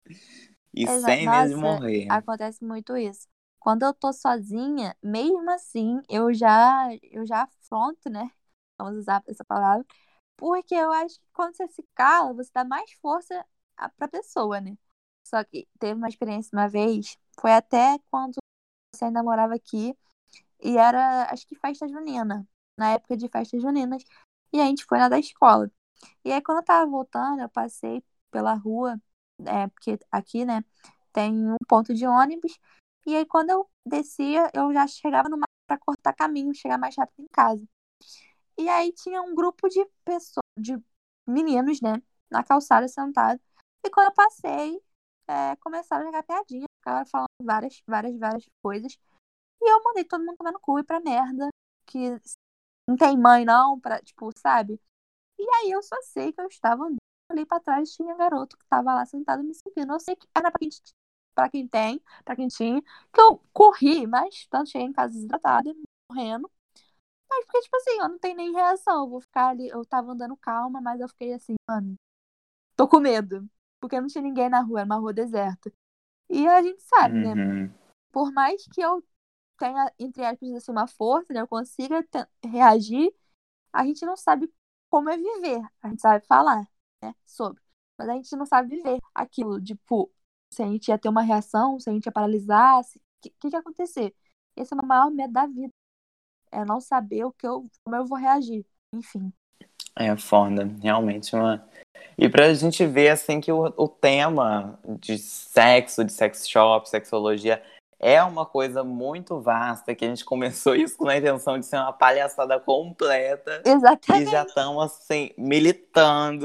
E Exa- sem medo de Nossa, morrer. acontece muito isso. Quando eu tô sozinha, mesmo assim, eu já, eu já afronto, né? Vamos usar essa palavra. Porque eu acho que quando você se cala, você dá mais força a- pra pessoa, né? Só que teve uma experiência uma vez, foi até quando você ainda morava aqui, e era, acho que festa junina, na época de festas juninas, e a gente foi na da escola. E aí, quando eu tava voltando, eu passei pela rua, é, porque aqui, né, tem um ponto de ônibus, e aí quando eu descia, eu já chegava no para cortar caminho, chegar mais rápido em casa. E aí tinha um grupo de pessoas, de meninos, né, na calçada sentado. E quando eu passei, é, começaram a jogar piadinha, ficaram falando várias, várias, várias coisas. E eu mandei todo mundo tomar no cu e pra merda, que não tem mãe não, pra, tipo, sabe? E aí eu só sei que eu estava andando ali pra trás, tinha um garoto que tava lá sentado me seguindo. Eu sei que era pra quem, pra quem tem, pra quem tinha, que eu corri, mas tanto cheguei em casa desidratada, morrendo. Mas porque, tipo assim, eu não tenho nem reação. Eu vou ficar ali, eu tava andando calma, mas eu fiquei assim, mano, tô com medo. Porque não tinha ninguém na rua, era uma rua deserta. E a gente sabe, né? Uhum. Por mais que eu tenha, entre aspas, assim, uma força, né? Eu consiga te- reagir, a gente não sabe como é viver. A gente sabe falar, né? Sobre. Mas a gente não sabe viver aquilo, tipo, se a gente ia ter uma reação, se a gente ia paralisar, o que, que que ia acontecer? Esse é o maior medo da vida. É não saber o que eu, como eu vou reagir. Enfim. É foda, realmente uma. E pra gente ver assim que o, o tema de sexo, de sex shop, sexologia é uma coisa muito vasta, que a gente começou isso na intenção de ser uma palhaçada completa e já Exatamente. estamos assim militando.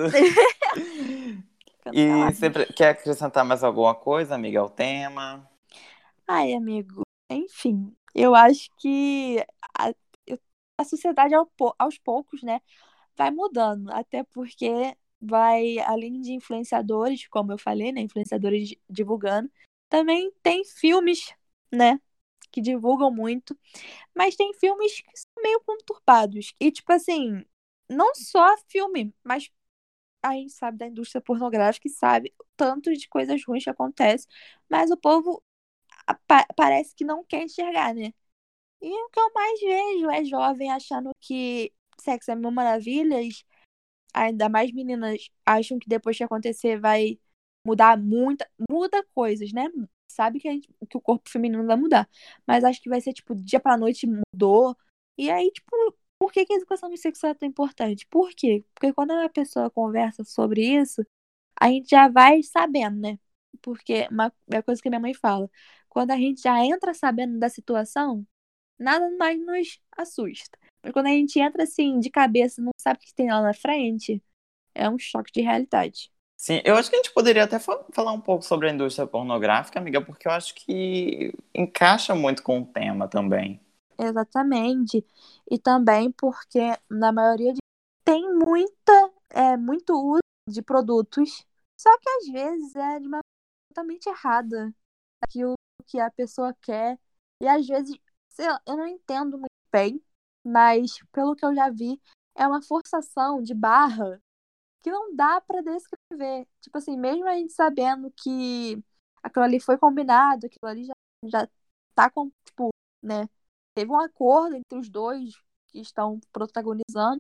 E Cancelados. sempre quer acrescentar mais alguma coisa, amiga, ao tema? Ai, amigo. Enfim, eu acho que a, eu- a sociedade ao po- aos poucos, né, vai mudando. Até porque vai, além de influenciadores, como eu falei, né, influenciadores di- divulgando, também tem filmes, né, que divulgam muito. Mas tem filmes que são meio conturbados. E, tipo assim, não só filme, mas a gente sabe da indústria pornográfica e sabe o tanto de coisas ruins que acontecem. Mas o povo pa- parece que não quer enxergar, né? E o que eu mais vejo é jovem achando que sexo é mil maravilhas, ainda mais meninas acham que depois que acontecer vai mudar muita, muda coisas, né? Sabe que, a gente- que o corpo feminino vai mudar, mas acho que vai ser tipo dia pra noite mudou. E aí, tipo, por que que a educação de sexo é tão importante? Por quê? Porque quando a pessoa conversa sobre isso, a gente já vai sabendo, né? Porque uma, é a coisa que minha mãe fala. Quando a gente já entra sabendo da situação, nada mais nos assusta. Mas quando a gente entra assim, de cabeça, não sabe o que tem lá na frente, é um choque de realidade. Sim, eu acho que a gente poderia até fa- falar um pouco sobre a indústria pornográfica, amiga, porque eu acho que encaixa muito com o tema também. Exatamente. E também porque na maioria de... tem muita, é, muito uso de produtos, só que às vezes é de uma forma totalmente errada aquilo que a pessoa quer. E às vezes, sei lá, eu não entendo muito bem, mas pelo que eu já vi, é uma forçação de barra que não dá pra descrever. Tipo assim, mesmo a gente sabendo que aquilo ali foi combinado, aquilo ali já, já tá com, tipo, né? Teve um acordo entre os dois que estão protagonizando,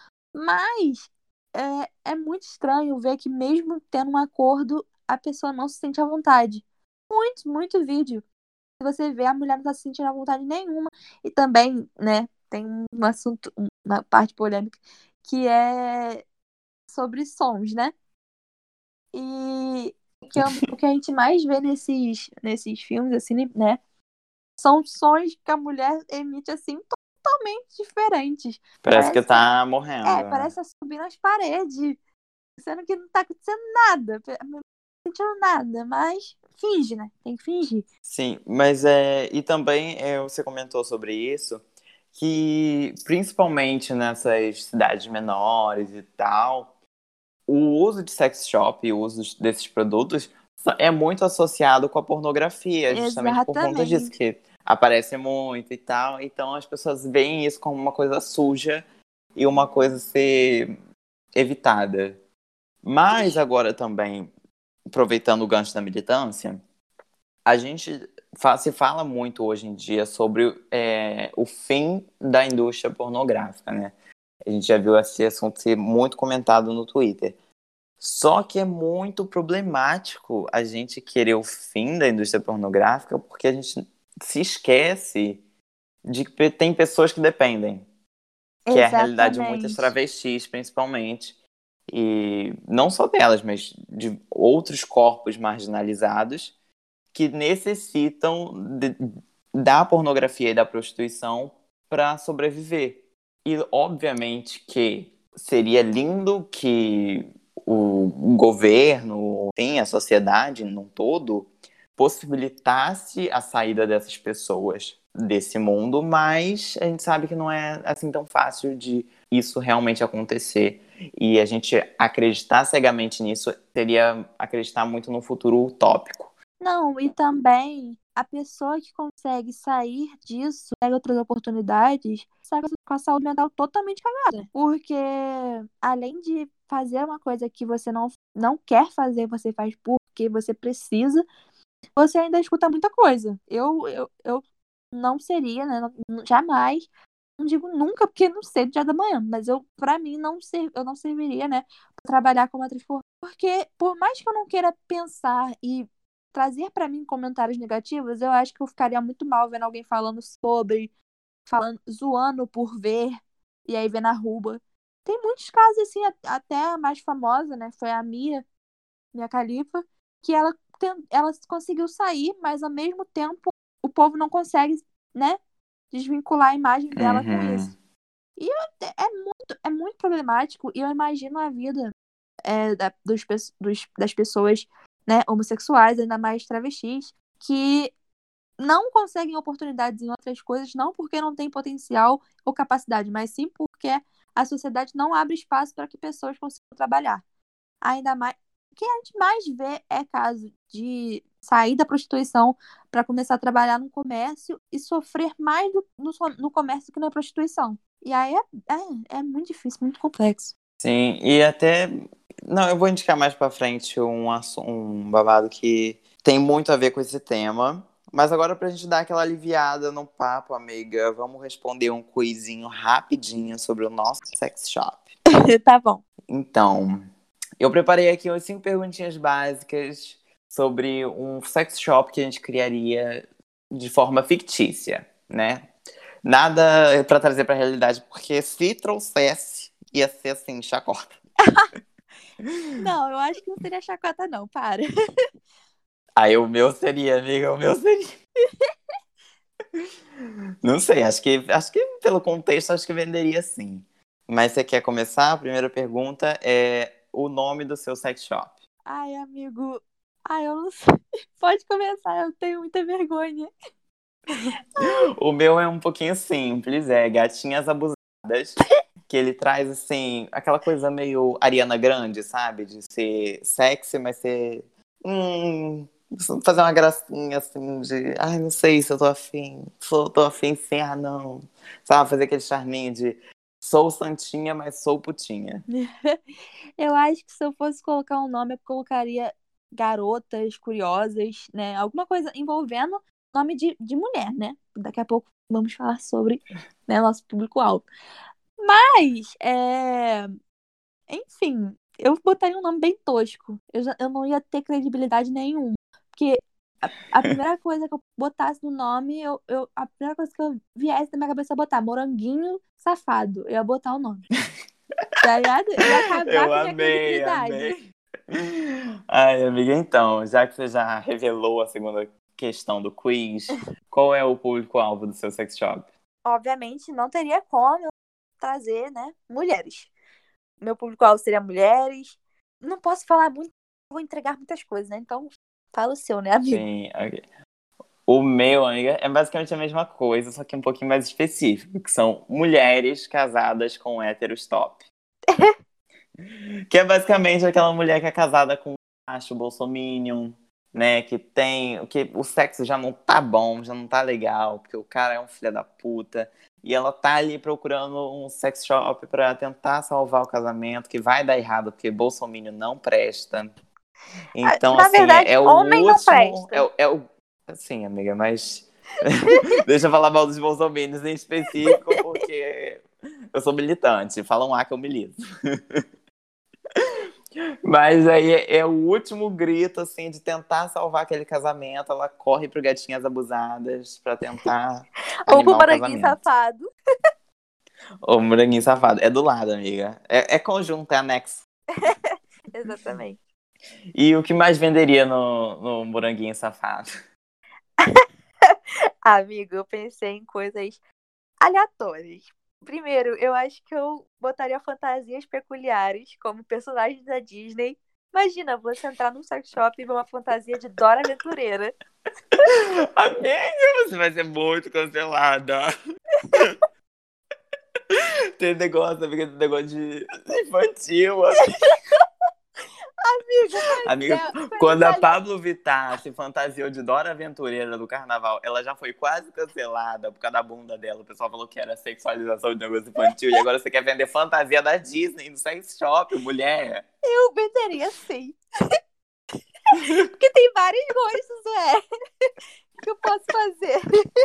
mas é, é muito estranho ver que mesmo tendo um acordo, a pessoa não se sente à vontade. Muito, muito vídeo. Se você vê, a mulher não tá se sentindo à vontade nenhuma. E também, né, tem um assunto, uma parte polêmica, que é sobre sons, né? E o que, eu- o que a gente mais vê nesses, nesses filmes, assim, né? São sons que a mulher emite, assim, totalmente diferentes. Parece que Parece, tá é, morrendo, né? parece subir nas paredes, sendo que não tá acontecendo nada. Não tá sentindo nada, mas finge, né? Tem que fingir. Sim, mas é. E também é, você comentou sobre isso, que principalmente nessas cidades menores e tal, o uso de sex shop e o uso desses produtos é muito associado com a pornografia, justamente por conta disso, Exatamente. que aparece muito e tal. Então as pessoas veem isso como uma coisa suja e uma coisa a ser evitada. Mas agora também, aproveitando o gancho da militância, a gente fa- se fala muito hoje em dia sobre é, o fim da indústria pornográfica, né? A gente já viu esse assunto ser muito comentado no Twitter. Só que é muito problemático a gente querer o fim da indústria pornográfica porque a gente se esquece de que tem pessoas que dependem, que é a realidade de muitas Exatamente. travestis, principalmente. E não só delas, mas de outros corpos marginalizados que necessitam de- da pornografia e da prostituição para sobreviver. E obviamente que seria lindo que o governo, sim, a sociedade num todo, possibilitasse a saída dessas pessoas desse mundo, mas a gente sabe que não é assim tão fácil de isso realmente acontecer. E a gente acreditar cegamente nisso seria acreditar muito num futuro utópico. Não, e também a pessoa que consegue sair disso, pega outras oportunidades, sai com a saúde mental totalmente cagada. Porque além de fazer uma coisa que você não, não quer fazer, você faz porque você precisa. você ainda escuta muita coisa. Eu, eu, eu não seria, né? não- Jamais. Não digo nunca, porque não sei do dia da manhã, mas eu, pra mim, não ser, eu não serviria, né, pra trabalhar como atriz pornô. Porque, por mais que eu não queira pensar e trazer pra mim comentários negativos, eu acho que eu ficaria muito mal vendo alguém falando sobre, falando, zoando por ver, e aí ver na rua. Tem muitos casos, assim, a- até a mais famosa, né, foi a Mia, Mia Khalifa, que ela, ten- ela conseguiu sair, mas ao mesmo tempo o povo não consegue, né, desvincular a imagem dela com Uhum. isso. E eu- é muito, é muito problemático. E eu imagino a vida é, da- dos, pe- dos- das pessoas, né, homossexuais, ainda mais travestis, que não conseguem oportunidades em outras coisas, não porque não têm potencial ou capacidade, mas sim porque a sociedade não abre espaço para que pessoas consigam trabalhar. Ainda mais. O que a gente mais vê é caso de sair da prostituição para começar a trabalhar no comércio e sofrer mais do- no, so- no comércio que na prostituição. E aí é, é, é muito difícil, muito complexo. Sim, e até. Não, eu vou indicar mais pra frente um, assu- um babado que tem muito a ver com esse tema. Mas agora, pra gente dar aquela aliviada no papo, amiga, vamos responder um quizinho rapidinho sobre o nosso sex shop. Tá bom. Então, eu preparei aqui umas cinco perguntinhas básicas sobre um sex shop que a gente criaria de forma fictícia, né? Nada pra trazer pra realidade, porque se trouxesse, ia ser assim, chacota. Não, eu acho que não seria chacota, não. Para. Aí o meu seria, amiga, o meu seria. Não sei, acho que, acho que pelo contexto, acho que venderia sim. Mas você quer começar? A primeira pergunta é o nome do seu sex shop. Ai, amigo. Ai, eu não sei. Pode começar, eu tenho muita vergonha. O meu é um pouquinho simples, é Gatinhas Abusadas, que ele traz, assim, aquela coisa meio Ariana Grande, sabe? De ser sexy, mas ser... Hum, fazer uma gracinha, assim, de... Ai, não sei se eu tô afim. Sou, tô afim sim, ah, não. Sabe? Fazer aquele charminho de... Sou santinha, mas sou putinha. Eu acho que se eu fosse colocar um nome, eu colocaria garotas curiosas, né? Alguma coisa envolvendo nome de, de mulher, né? Daqui a pouco vamos falar sobre, né, nosso público-alvo. Mas, é... enfim, eu botaria um nome bem tosco. Eu, já, eu não ia ter credibilidade nenhuma. Porque a, a primeira coisa que eu botasse no nome, eu, eu, a primeira coisa que eu viesse na minha cabeça é botar Moranguinho Safado. Eu ia botar o nome. Tá ligado? Eu ia acabar Eu com a minha amei, credibilidade. amei. Ai, amiga, então, já que você já revelou a segunda questão do quiz, qual é o público-alvo do seu sex shop? Obviamente, não teria como eu trazer, né, mulheres. Meu público-alvo seria mulheres. Não posso falar muito, vou entregar muitas coisas, né? Então, fala o seu, né, amigo? Sim, ok. O meu, amiga, é basicamente a mesma coisa, só que um pouquinho mais específico, que são mulheres casadas com héteros top. Que é basicamente aquela mulher que é casada com um macho bolsominion, né? Que tem. Que o sexo já não tá bom, já não tá legal, porque o cara é um filho da puta. E ela tá ali procurando um sex shop pra tentar salvar o casamento, que vai dar errado, porque bolsominion não presta. Ah, Então, na assim, é, verdade, é o homem não último. É, presta. o- é o. Sim, amiga, mas. Deixa eu falar mal dos bolsominions em específico, porque eu sou militante. Falam lá que eu milito. Mas aí é, é o último grito, assim, de tentar salvar aquele casamento. Ela corre pro Gatinhas Abusadas pra tentar Ou pro animar o moranguinho casamento. safado. O Moranguinho Safado. É do lado, amiga. É, é conjunto, é anexo. Exatamente. E o que mais venderia no, no Moranguinho Safado? Amigo, eu pensei em coisas aleatórias. Primeiro, eu acho que eu botaria fantasias peculiares, como personagens da Disney. Imagina você entrar num sex shop e ver uma fantasia de Dora Aventureira. Amiga, você vai ser muito cancelada. Tem negócio, amiga, tem negócio de infantil, amiga. Amigo, mas Amiga, é quando coisa a ali. Pablo Vittar se fantasiou de Dora Aventureira do carnaval, ela já foi quase cancelada por causa da bunda dela. O pessoal falou que era sexualização de negócio infantil. E agora você quer vender fantasia da Disney no sex shop, mulher. Eu venderia sim. Porque tem vários gostos, ué. O que eu posso fazer?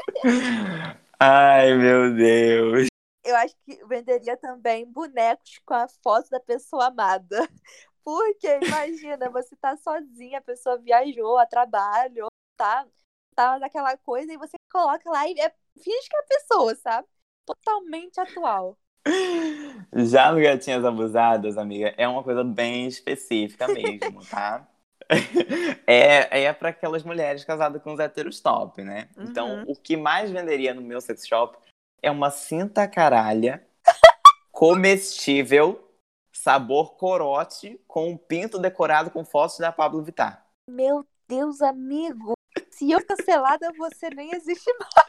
Ai, meu Deus. Eu acho que venderia também bonecos com a foto da pessoa amada. Porque, imagina, você tá sozinha, a pessoa viajou a trabalho, tá, tá naquela coisa, e você coloca lá e é, finge que é a pessoa, sabe? Totalmente atual. Já no Gatinhas Abusadas, amiga, é uma coisa bem específica mesmo, tá? É, é para aquelas mulheres casadas com os héteros top, né? Então, Uhum. o que mais venderia no meu sex shop é uma cinta caralha comestível, sabor corote, com um pinto decorado com fotos da Pablo Vittar. Meu Deus, amigo. Se eu cancelada, você nem existe mais.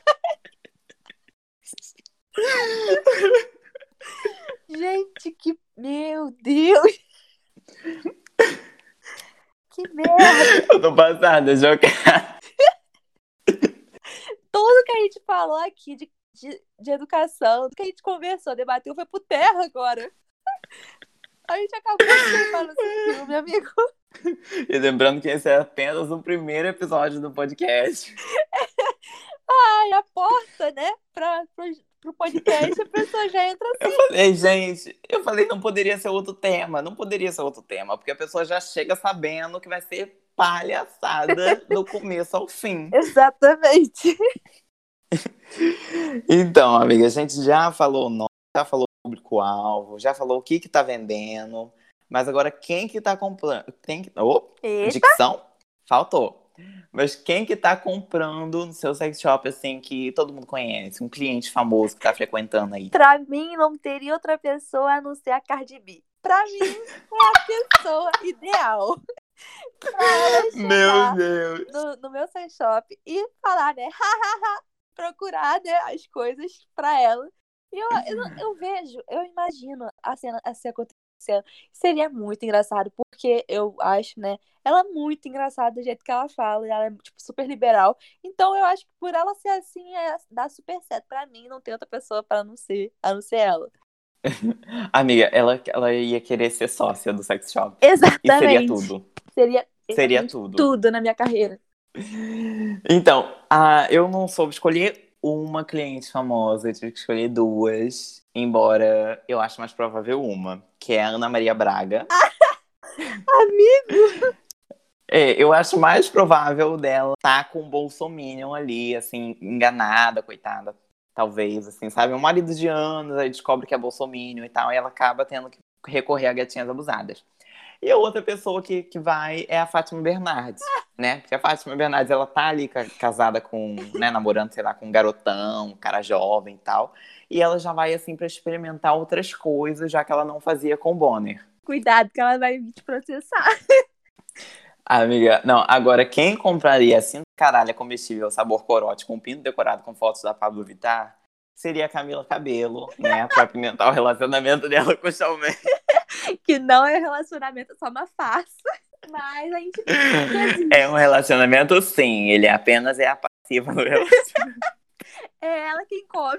Gente, que. Meu Deus, que merda. Eu tô passada, jogada. Tudo que a gente falou aqui de, de, de educação, tudo que a gente conversou, debateu, foi por terra agora. A gente acabou de queimar nosso filme, amigo. E lembrando que esse é apenas o primeiro episódio do podcast. Ai, a porta, né? Pra, pro, pro podcast, a pessoa já entra Eu assim. falei, gente, eu falei, não poderia ser outro tema, não poderia ser outro tema, porque a pessoa já chega sabendo que vai ser palhaçada do começo ao fim. Exatamente. Então, amiga, a gente já falou o nome, já falou o público-alvo, já falou o que que tá vendendo, mas agora quem que tá comprando? Quem que... Oh, Eita, dicção? Faltou. Mas quem que tá comprando no seu sex shop, assim, que todo mundo conhece? Um cliente famoso que tá frequentando aí. pra mim não teria outra pessoa a não ser a Cardi B. Pra mim é a pessoa ideal. Pra ela Meu chegar Deus! no, no meu sex shop e falar, né? Procurar, né, as coisas pra ela. E eu, eu, eu vejo, eu imagino a cena assim acontecendo. Seria muito engraçado, porque eu acho, né? Ela é muito engraçada do jeito que ela fala, e ela é, tipo, super liberal. Então eu acho que por ela ser assim, é, dá super certo. Pra mim, não tem outra pessoa pra não ser, a não ser ela. Amiga, ela, ela ia querer ser sócia do sex shop. E seria Exatamente. tudo. Seria Seria exatamente tudo. tudo na minha carreira. Então, ah, eu não soube escolher uma cliente famosa, eu tive que escolher duas, embora eu ache mais provável uma, que é a Ana Maria Braga. Amigo! É, eu acho mais provável dela estar com o bolsominion ali, assim, enganada, coitada. Talvez, assim, sabe? Um marido de anos, aí descobre que é bolsominion e tal, e ela acaba tendo que recorrer a gatinhas abusadas. E a outra pessoa que, que vai é a Fátima Bernardes, né? Porque a Fátima Bernardes, ela tá ali ca- casada com, né, namorando, sei lá, com um garotão, um cara jovem e tal. E ela já vai, assim, pra experimentar outras coisas, já que ela não fazia com o Bonner. Cuidado que ela vai te processar. Amiga, não, agora quem compraria assim, caralho, comestível, sabor corote, com pinto decorado com fotos da Pablo Vittar, seria a Camila Cabello, né? Pra apimentar o relacionamento dela com o Shawn Mendes. Que não é relacionamento, é só uma farsa. Mas a gente finge que É um existe. relacionamento, sim, ele apenas é a passiva do relacionamento. É ela quem come.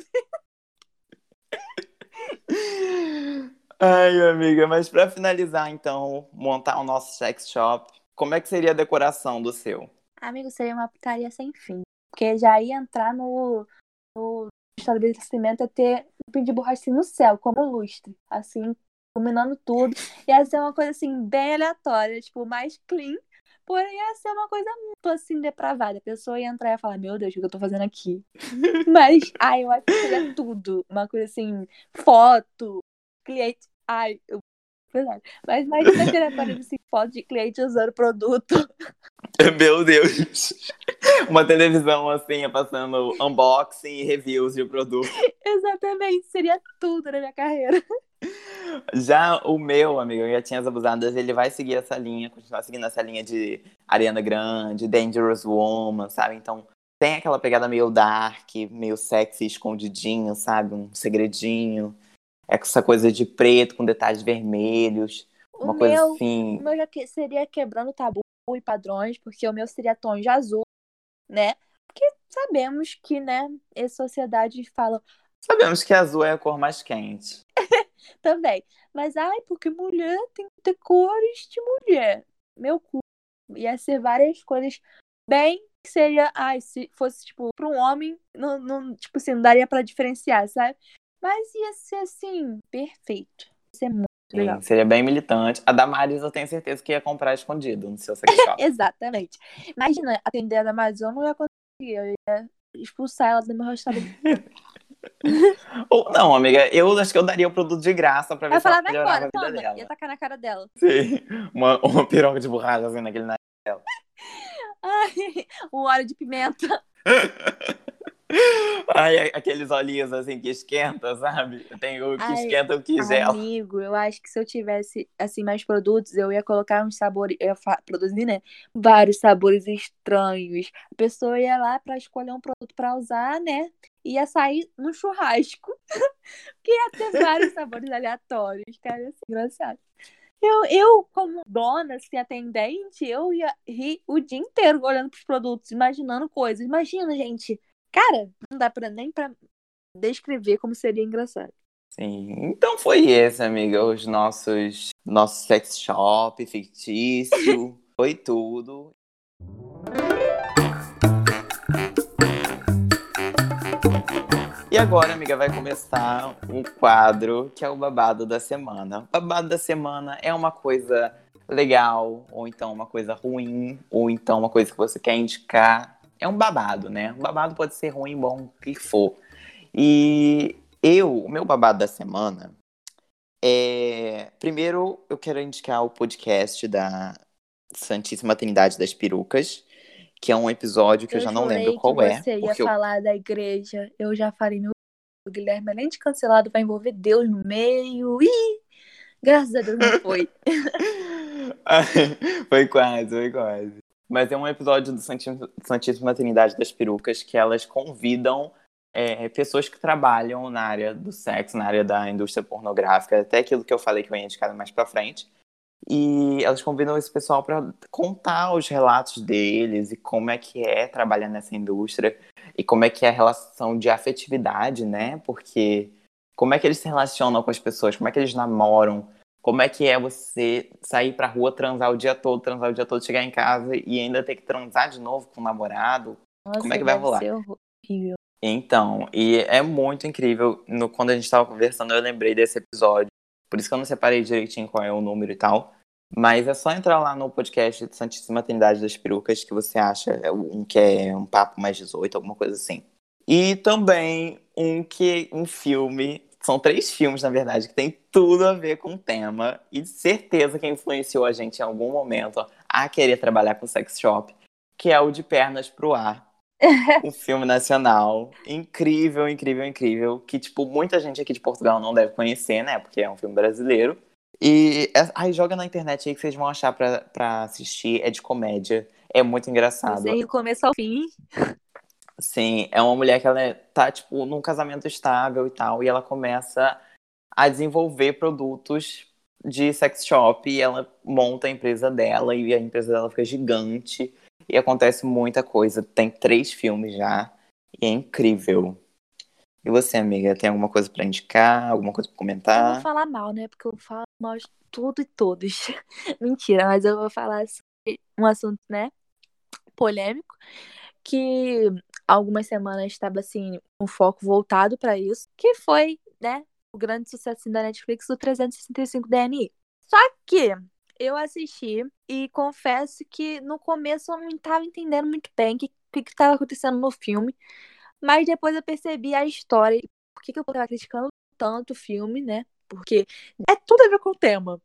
Ai, amiga, mas pra finalizar, então, montar o nosso sex shop, como é que seria a decoração do seu? Amigo, seria uma putaria sem fim. Porque já ia entrar no, no estabelecimento a ter um pinto de borracha assim no céu, como lustre. Assim, combinando tudo. Ia ser uma coisa assim, bem aleatória, tipo, mais clean. Porém, ia ser uma coisa muito assim, depravada. A pessoa ia entrar e ia falar, meu Deus, o que eu tô fazendo aqui? Mas, ai, eu acho que seria tudo. Uma coisa assim, foto, cliente. Ai, eu. Verdade. Mas imagina que ele aparece assim, foto de cliente usando produto. Meu Deus! Uma televisão assim, passando unboxing e reviews de produto. Exatamente, seria tudo na minha carreira. Já o meu, amigo, eu já tinha as abusadas, ele vai seguir essa linha, continuar seguindo essa linha de Ariana Grande, Dangerous Woman, sabe? Então tem aquela pegada meio dark, meio sexy, escondidinho, sabe? Um segredinho. É com essa coisa de preto com detalhes vermelhos. O Uma coisa meu, o assim. meu já que- seria quebrando tabu e padrões, porque o meu seria tom de azul, né? Porque sabemos que, né, a sociedade fala Sabemos que azul é a cor mais quente. também. Mas, ai, porque mulher tem que ter cores de mulher. Meu cu. ia ser várias coisas bem que seria, ai, se fosse, tipo, pra um homem, não, não, tipo assim, não daria pra diferenciar, sabe? Mas ia ser, assim, perfeito. Ia ser muito Sim, legal. seria bem militante. A Damares eu tenho certeza que ia comprar escondido no seu sex shop. Exatamente. Imagina, atender a da Amazon, não ia conseguir. Eu ia expulsar ela do meu restaurante. Ou não, amiga, eu acho que eu daria o produto de graça pra Ela ver ia se ela falar, vai melhorava embora, a vida toma. Ia dela. tacar na cara dela. Sim, uma, uma piroca de borracha assim naquele nariz dela. Ai, um óleo de pimenta. Ai, aqueles olhinhos assim que esquenta, sabe? Tem o que Ai, esquenta e o que gela. amigo, eu acho que se eu tivesse, assim, mais produtos, eu ia colocar uns sabores, eu ia fa- produzir, né? Vários sabores estranhos. A pessoa ia lá pra escolher um produto pra usar, né? Ia sair no churrasco, que ia ter vários sabores aleatórios, cara, ia ser engraçado. Eu, eu, como dona, assim, atendente, eu ia rir o dia inteiro olhando pros produtos, imaginando coisas. Imagina, gente. Cara, não dá pra nem pra descrever como seria engraçado. Sim, então foi esse, amiga, os nossos nosso sex shop fictício, foi tudo. E agora, amiga, vai começar um quadro que é o babado da semana. O babado da semana é uma coisa legal, ou então uma coisa ruim, ou então uma coisa que você quer indicar. É um babado, né? O babado pode ser ruim, bom, o que for. E eu, o meu babado da semana é. Primeiro, eu quero indicar o podcast da Santíssima Trindade das Perucas, que é um episódio que eu Eu já não lembro jurei que qual é, você ia porque eu. falar da igreja. Eu já falei, meu o Guilherme, além de cancelado, vai envolver Deus no meio. Ih, graças a Deus não foi. Foi quase, foi quase. Mas é um episódio do Santíssima Santíssima Trindade das Perucas que elas convidam é, pessoas que trabalham na área do sexo, na área da indústria pornográfica, até aquilo que eu falei que eu ia indicar mais pra frente. E elas convidam esse pessoal para contar os relatos deles e como é que é trabalhar nessa indústria e como é que é a relação de afetividade, né? Porque como é que eles se relacionam com as pessoas, como é que eles namoram, como é que é você sair pra rua, transar o dia todo, transar o dia todo, chegar em casa e ainda ter que transar de novo com o namorado, como é Nossa, que vai deve rolar? ser horrível. Então, e é muito incrível. No, quando a gente tava conversando, eu lembrei desse episódio. Por isso que eu não separei direitinho qual é o número e tal. Mas é só entrar lá no podcast de Santíssima Trindade das Perucas que você acha é um que é um papo mais dezoito, alguma coisa assim. E também um que um filme, são três filmes na verdade, que tem tudo a ver com o tema e de certeza que influenciou a gente em algum momento a querer trabalhar com sex shop, que é o De Pernas pro Ar. Um filme nacional incrível, incrível, incrível, que, tipo, muita gente aqui de Portugal não deve conhecer, né? Porque é um filme brasileiro. E é- aí joga na internet aí que vocês vão achar pra, pra assistir. É de comédia. É muito Você engraçado. ri do começo ao fim. Sim, é uma mulher que ela é- tá, tipo, num casamento estável e tal, e ela começa a desenvolver produtos de sex shop e ela monta a empresa dela e a empresa dela fica gigante e acontece muita coisa. Tem três filmes já e é incrível. E você, amiga, tem alguma coisa pra indicar? Alguma coisa pra Eu vou comentar? falar mal, né? Porque eu falo mal de tudo e todos. Mentira, mas eu vou falar sobre um assunto, né? Polêmico. Que algumas semanas estava assim, um foco voltado para isso, que foi, né, o grande sucesso da Netflix do trezentos e sessenta e cinco D N I. Só que eu assisti e confesso que no começo eu não estava entendendo muito bem o que que estava acontecendo no filme, mas depois eu percebi a história e por que que eu estava criticando tanto o filme, né? Porque é tudo a ver com o tema.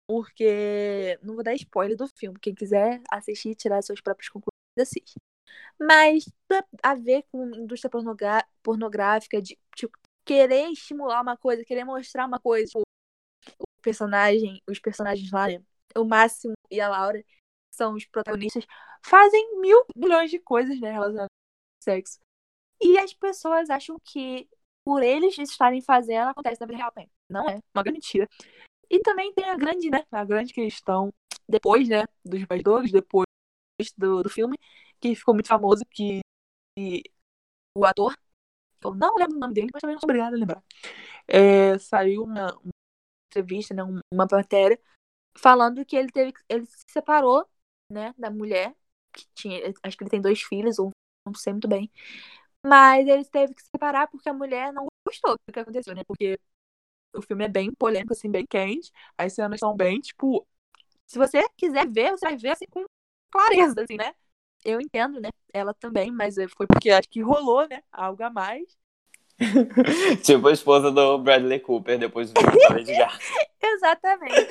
Porque não vou dar spoiler do filme. Quem quiser assistir e tirar suas próprias conclusões, assiste. Mas tudo a ver com indústria pornogra- pornográfica, de tipo, querer estimular uma coisa, querer mostrar uma coisa. Tipo, o personagem, os personagens lá, né? O Máximo e a Laura, que são os protagonistas, fazem mil milhões de coisas, né, relacionadas ao sexo. E as pessoas acham que por eles estarem fazendo, acontece na vida real. Bem, não é, uma grande mentira. E também tem a grande, né, a grande questão, depois, né, dos bastidores, depois do, do filme, que ficou muito famoso, que o ator, eu não lembro o nome dele, mas também não sou obrigada a lembrar. É, saiu uma, uma entrevista, né, uma matéria, falando que ele teve, ele se separou né, da mulher, que tinha, acho que ele tem dois filhos, ou não sei muito bem. Mas ele teve que se separar porque a mulher não gostou do que aconteceu, né? Porque o filme é bem polêmico, assim, bem quente. As cenas são bem, tipo... Se você quiser ver, você vai ver, assim, com clareza, assim, né? Eu entendo, né? Ela também, mas foi porque acho que rolou, né? Algo a mais. Tipo a esposa do Bradley Cooper, depois do filme da Lady Gaga. Exatamente.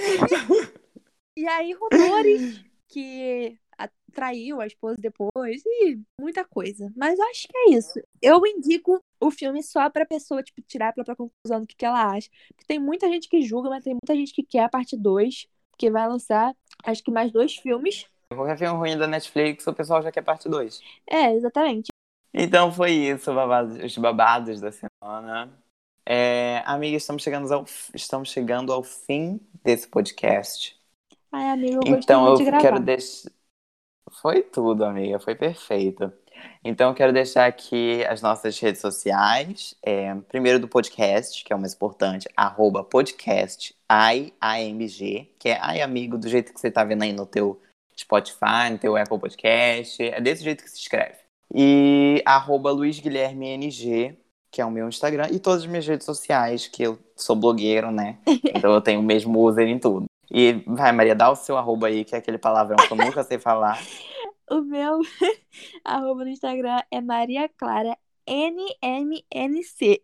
E aí, rumores que traiu a esposa depois e muita coisa. Mas eu acho que é isso. Eu indico o filme só pra pessoa, tipo, tirar a própria conclusão do que, que ela acha. Porque tem muita gente que julga, mas tem muita gente que quer a parte dois, porque vai lançar, acho que mais dois filmes. Qualquer filme ruim da Netflix, o pessoal já quer parte dois. É, exatamente. Então foi isso, babados, os babados da semana. É, amiga, estamos chegando, ao, estamos chegando ao fim desse podcast. Ai, amiga, eu gostei Então muito eu de gravar. quero deixar... Foi tudo, amiga, foi perfeito. Então eu quero deixar aqui as nossas redes sociais. É, primeiro do podcast, que é o mais importante, arroba podcast I A M G, que é ai amigo, do jeito que você tá vendo aí no teu Spotify, no teu Apple Podcast. É desse jeito que se escreve. E arroba Luiz Guilherme N G, que é o meu Instagram, e todas as minhas redes sociais, que eu sou blogueiro, né? Então eu tenho o mesmo user em tudo. E vai, Maria, dá o seu arroba aí, que é aquele palavrão que eu nunca sei falar. O meu arroba no Instagram é Maria Clara N M N C.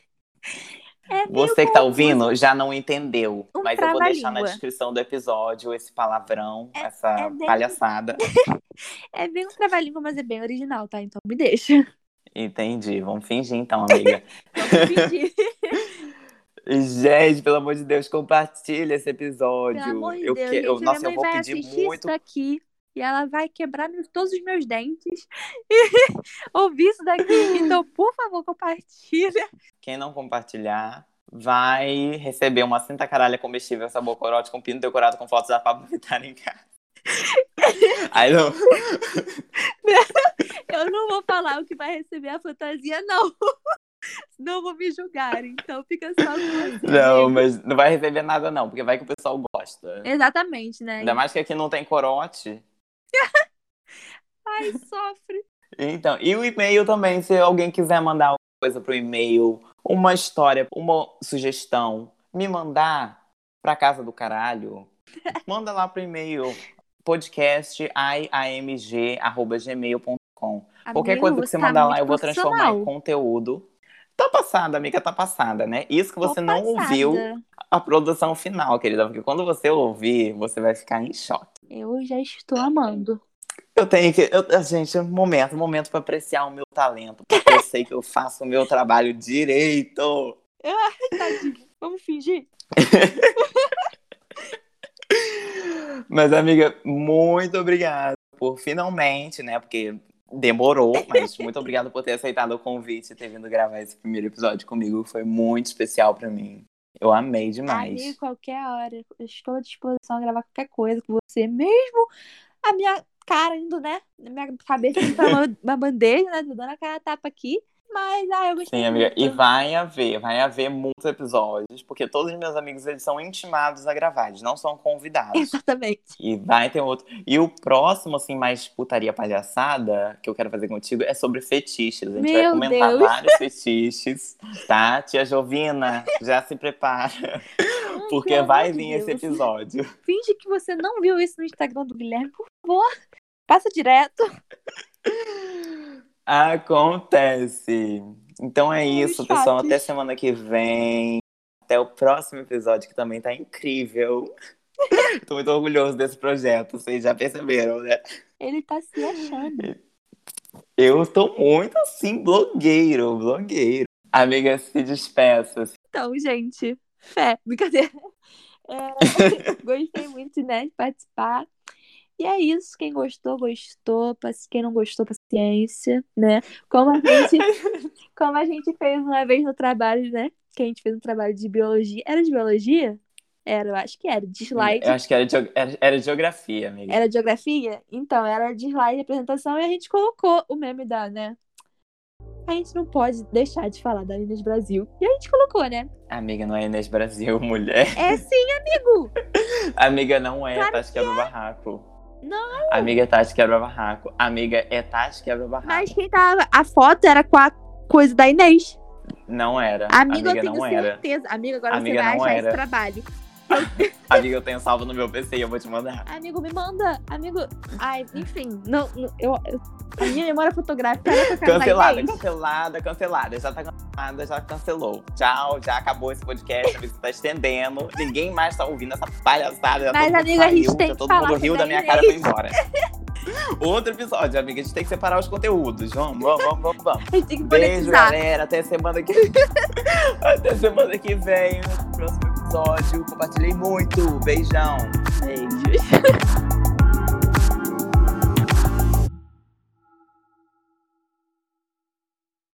É Você que tá ouvindo já não entendeu, um mas eu vou deixar na trava-língua. descrição do episódio esse palavrão, É, essa é bem... palhaçada. É bem um trava-língua, mas é bem original, tá? Então me deixa. Entendi, vamos fingir então, amiga. Vamos fingir. Gente, pelo amor de Deus, compartilha esse episódio. Pelo amor de eu Deus, que... gente. eu... A minha Nossa, eu mãe vou vai pedir assistir muito. isso daqui e ela vai quebrar meus, todos os meus dentes. Ouvir isso daqui. Então, por favor, compartilha. Quem não compartilhar vai receber uma cinta caralha comestível sabocorote com pino decorado com fotos da Pablo Vittar em casa. Aí não... Eu não vou falar o que vai receber a fantasia, não. Não vou me julgar, então fica só com você. Não, amigo. mas não vai receber nada não, porque vai que o pessoal gosta. Exatamente, né? Ainda mais que aqui não tem corote. Ai, sofre. Então, e o e-mail também, se alguém quiser mandar alguma coisa pro e-mail, uma história, uma sugestão, me mandar pra casa do caralho, manda lá pro e-mail podcast i a m g arroba gmail ponto com. Qualquer coisa que você tá mandar muito lá, eu vou transformar em conteúdo. Tá passada, amiga, tá passada, né? Isso que você Tô não passada. ouviu a produção final, querida, porque quando você ouvir, você vai ficar em choque. Eu já estou amando. Eu tenho que. Eu, gente, momento, momento pra apreciar o meu talento, porque eu sei que eu faço o meu trabalho direito. Ai, tadinho. Vamos fingir? Mas, amiga, muito obrigado por finalmente, né? Porque demorou, mas muito obrigado por ter aceitado o convite e ter vindo gravar esse primeiro episódio comigo. Foi muito especial pra mim. Eu amei demais. Amigo, qualquer hora. Eu estou à disposição a gravar qualquer coisa com você. Mesmo a minha cara indo, né? Na minha cabeça indo pra uma, uma bandeja, né? Tô dando a cara tapa aqui. Mas, ah, eu gostei Sim, amiga. muito. E vai haver, vai haver muitos episódios, porque todos os meus amigos, eles são intimados a gravar, eles não são convidados. Exatamente. E vai ter outro. E o próximo, assim, mais putaria palhaçada, que eu quero fazer contigo, é sobre fetiches. A gente Meu vai comentar Deus. vários fetiches, tá? Tia Jovina, já se prepara, Ai, porque pelo vai amor de vir esse Deus. episódio. Finge que você não viu isso no Instagram do Guilherme, por favor. Passa direto. Acontece. Então é Ai, isso, os pessoal. fatos. Até semana que vem. Até o próximo episódio, que também tá incrível. Tô muito orgulhoso desse projeto, vocês já perceberam, né? Ele tá se achando. Eu tô muito assim, blogueiro, blogueiro. Amiga, se despeça. Então, gente, fé, brincadeira. É, gostei muito, né, de participar. E é isso. Quem gostou, gostou. Quem não gostou, paciência, né? Como a gente, como a gente fez uma vez no trabalho, né? Que a gente fez um trabalho de biologia. Era de biologia? Era, eu acho que era. De slide. Eu acho que era, de, era, era geografia, amiga. Era de geografia? Então, era de slide de apresentação e a gente colocou o meme da, né? A gente não pode deixar de falar da Inês Brasil. E a gente colocou, né? Amiga, não é Inês Brasil, mulher. É sim, amigo! Amiga, não é, Claro tá? Acho que é do barraco. Não. Amiga é Tati quebra-barraco. Amiga é Tati quebra-barraco. Mas quem tava... A foto era com a coisa da Inês. Não era. Amiga, Amiga eu tenho não era. certeza. Amiga, agora Amiga, você vai não achar era. esse trabalho. Amiga, eu tenho salvo no meu P C e eu vou te mandar. Amigo, me manda. Amigo... Ai, enfim. Não, não, eu, eu... A minha memória fotográfica era com a cara da Cancelada, Inês. cancelada, cancelada. Já tá cancelada, já cancelou. Tchau, já acabou esse podcast. A gente tá estendendo. Ninguém mais tá ouvindo essa palhaçada. Já Mas, todo mundo amiga, a gente saiu, tem já que todo falar mundo riu sobre da a minha cara e foi Inês. embora. Outro episódio, amiga. A gente tem que separar os conteúdos. Vamos, vamos, vamos, vamos. vamos. A gente tem que Beijo, monetizar. galera. Até semana que Até semana que vem. No próximo episódio. Compartilhei muito. Beijão. Beijos.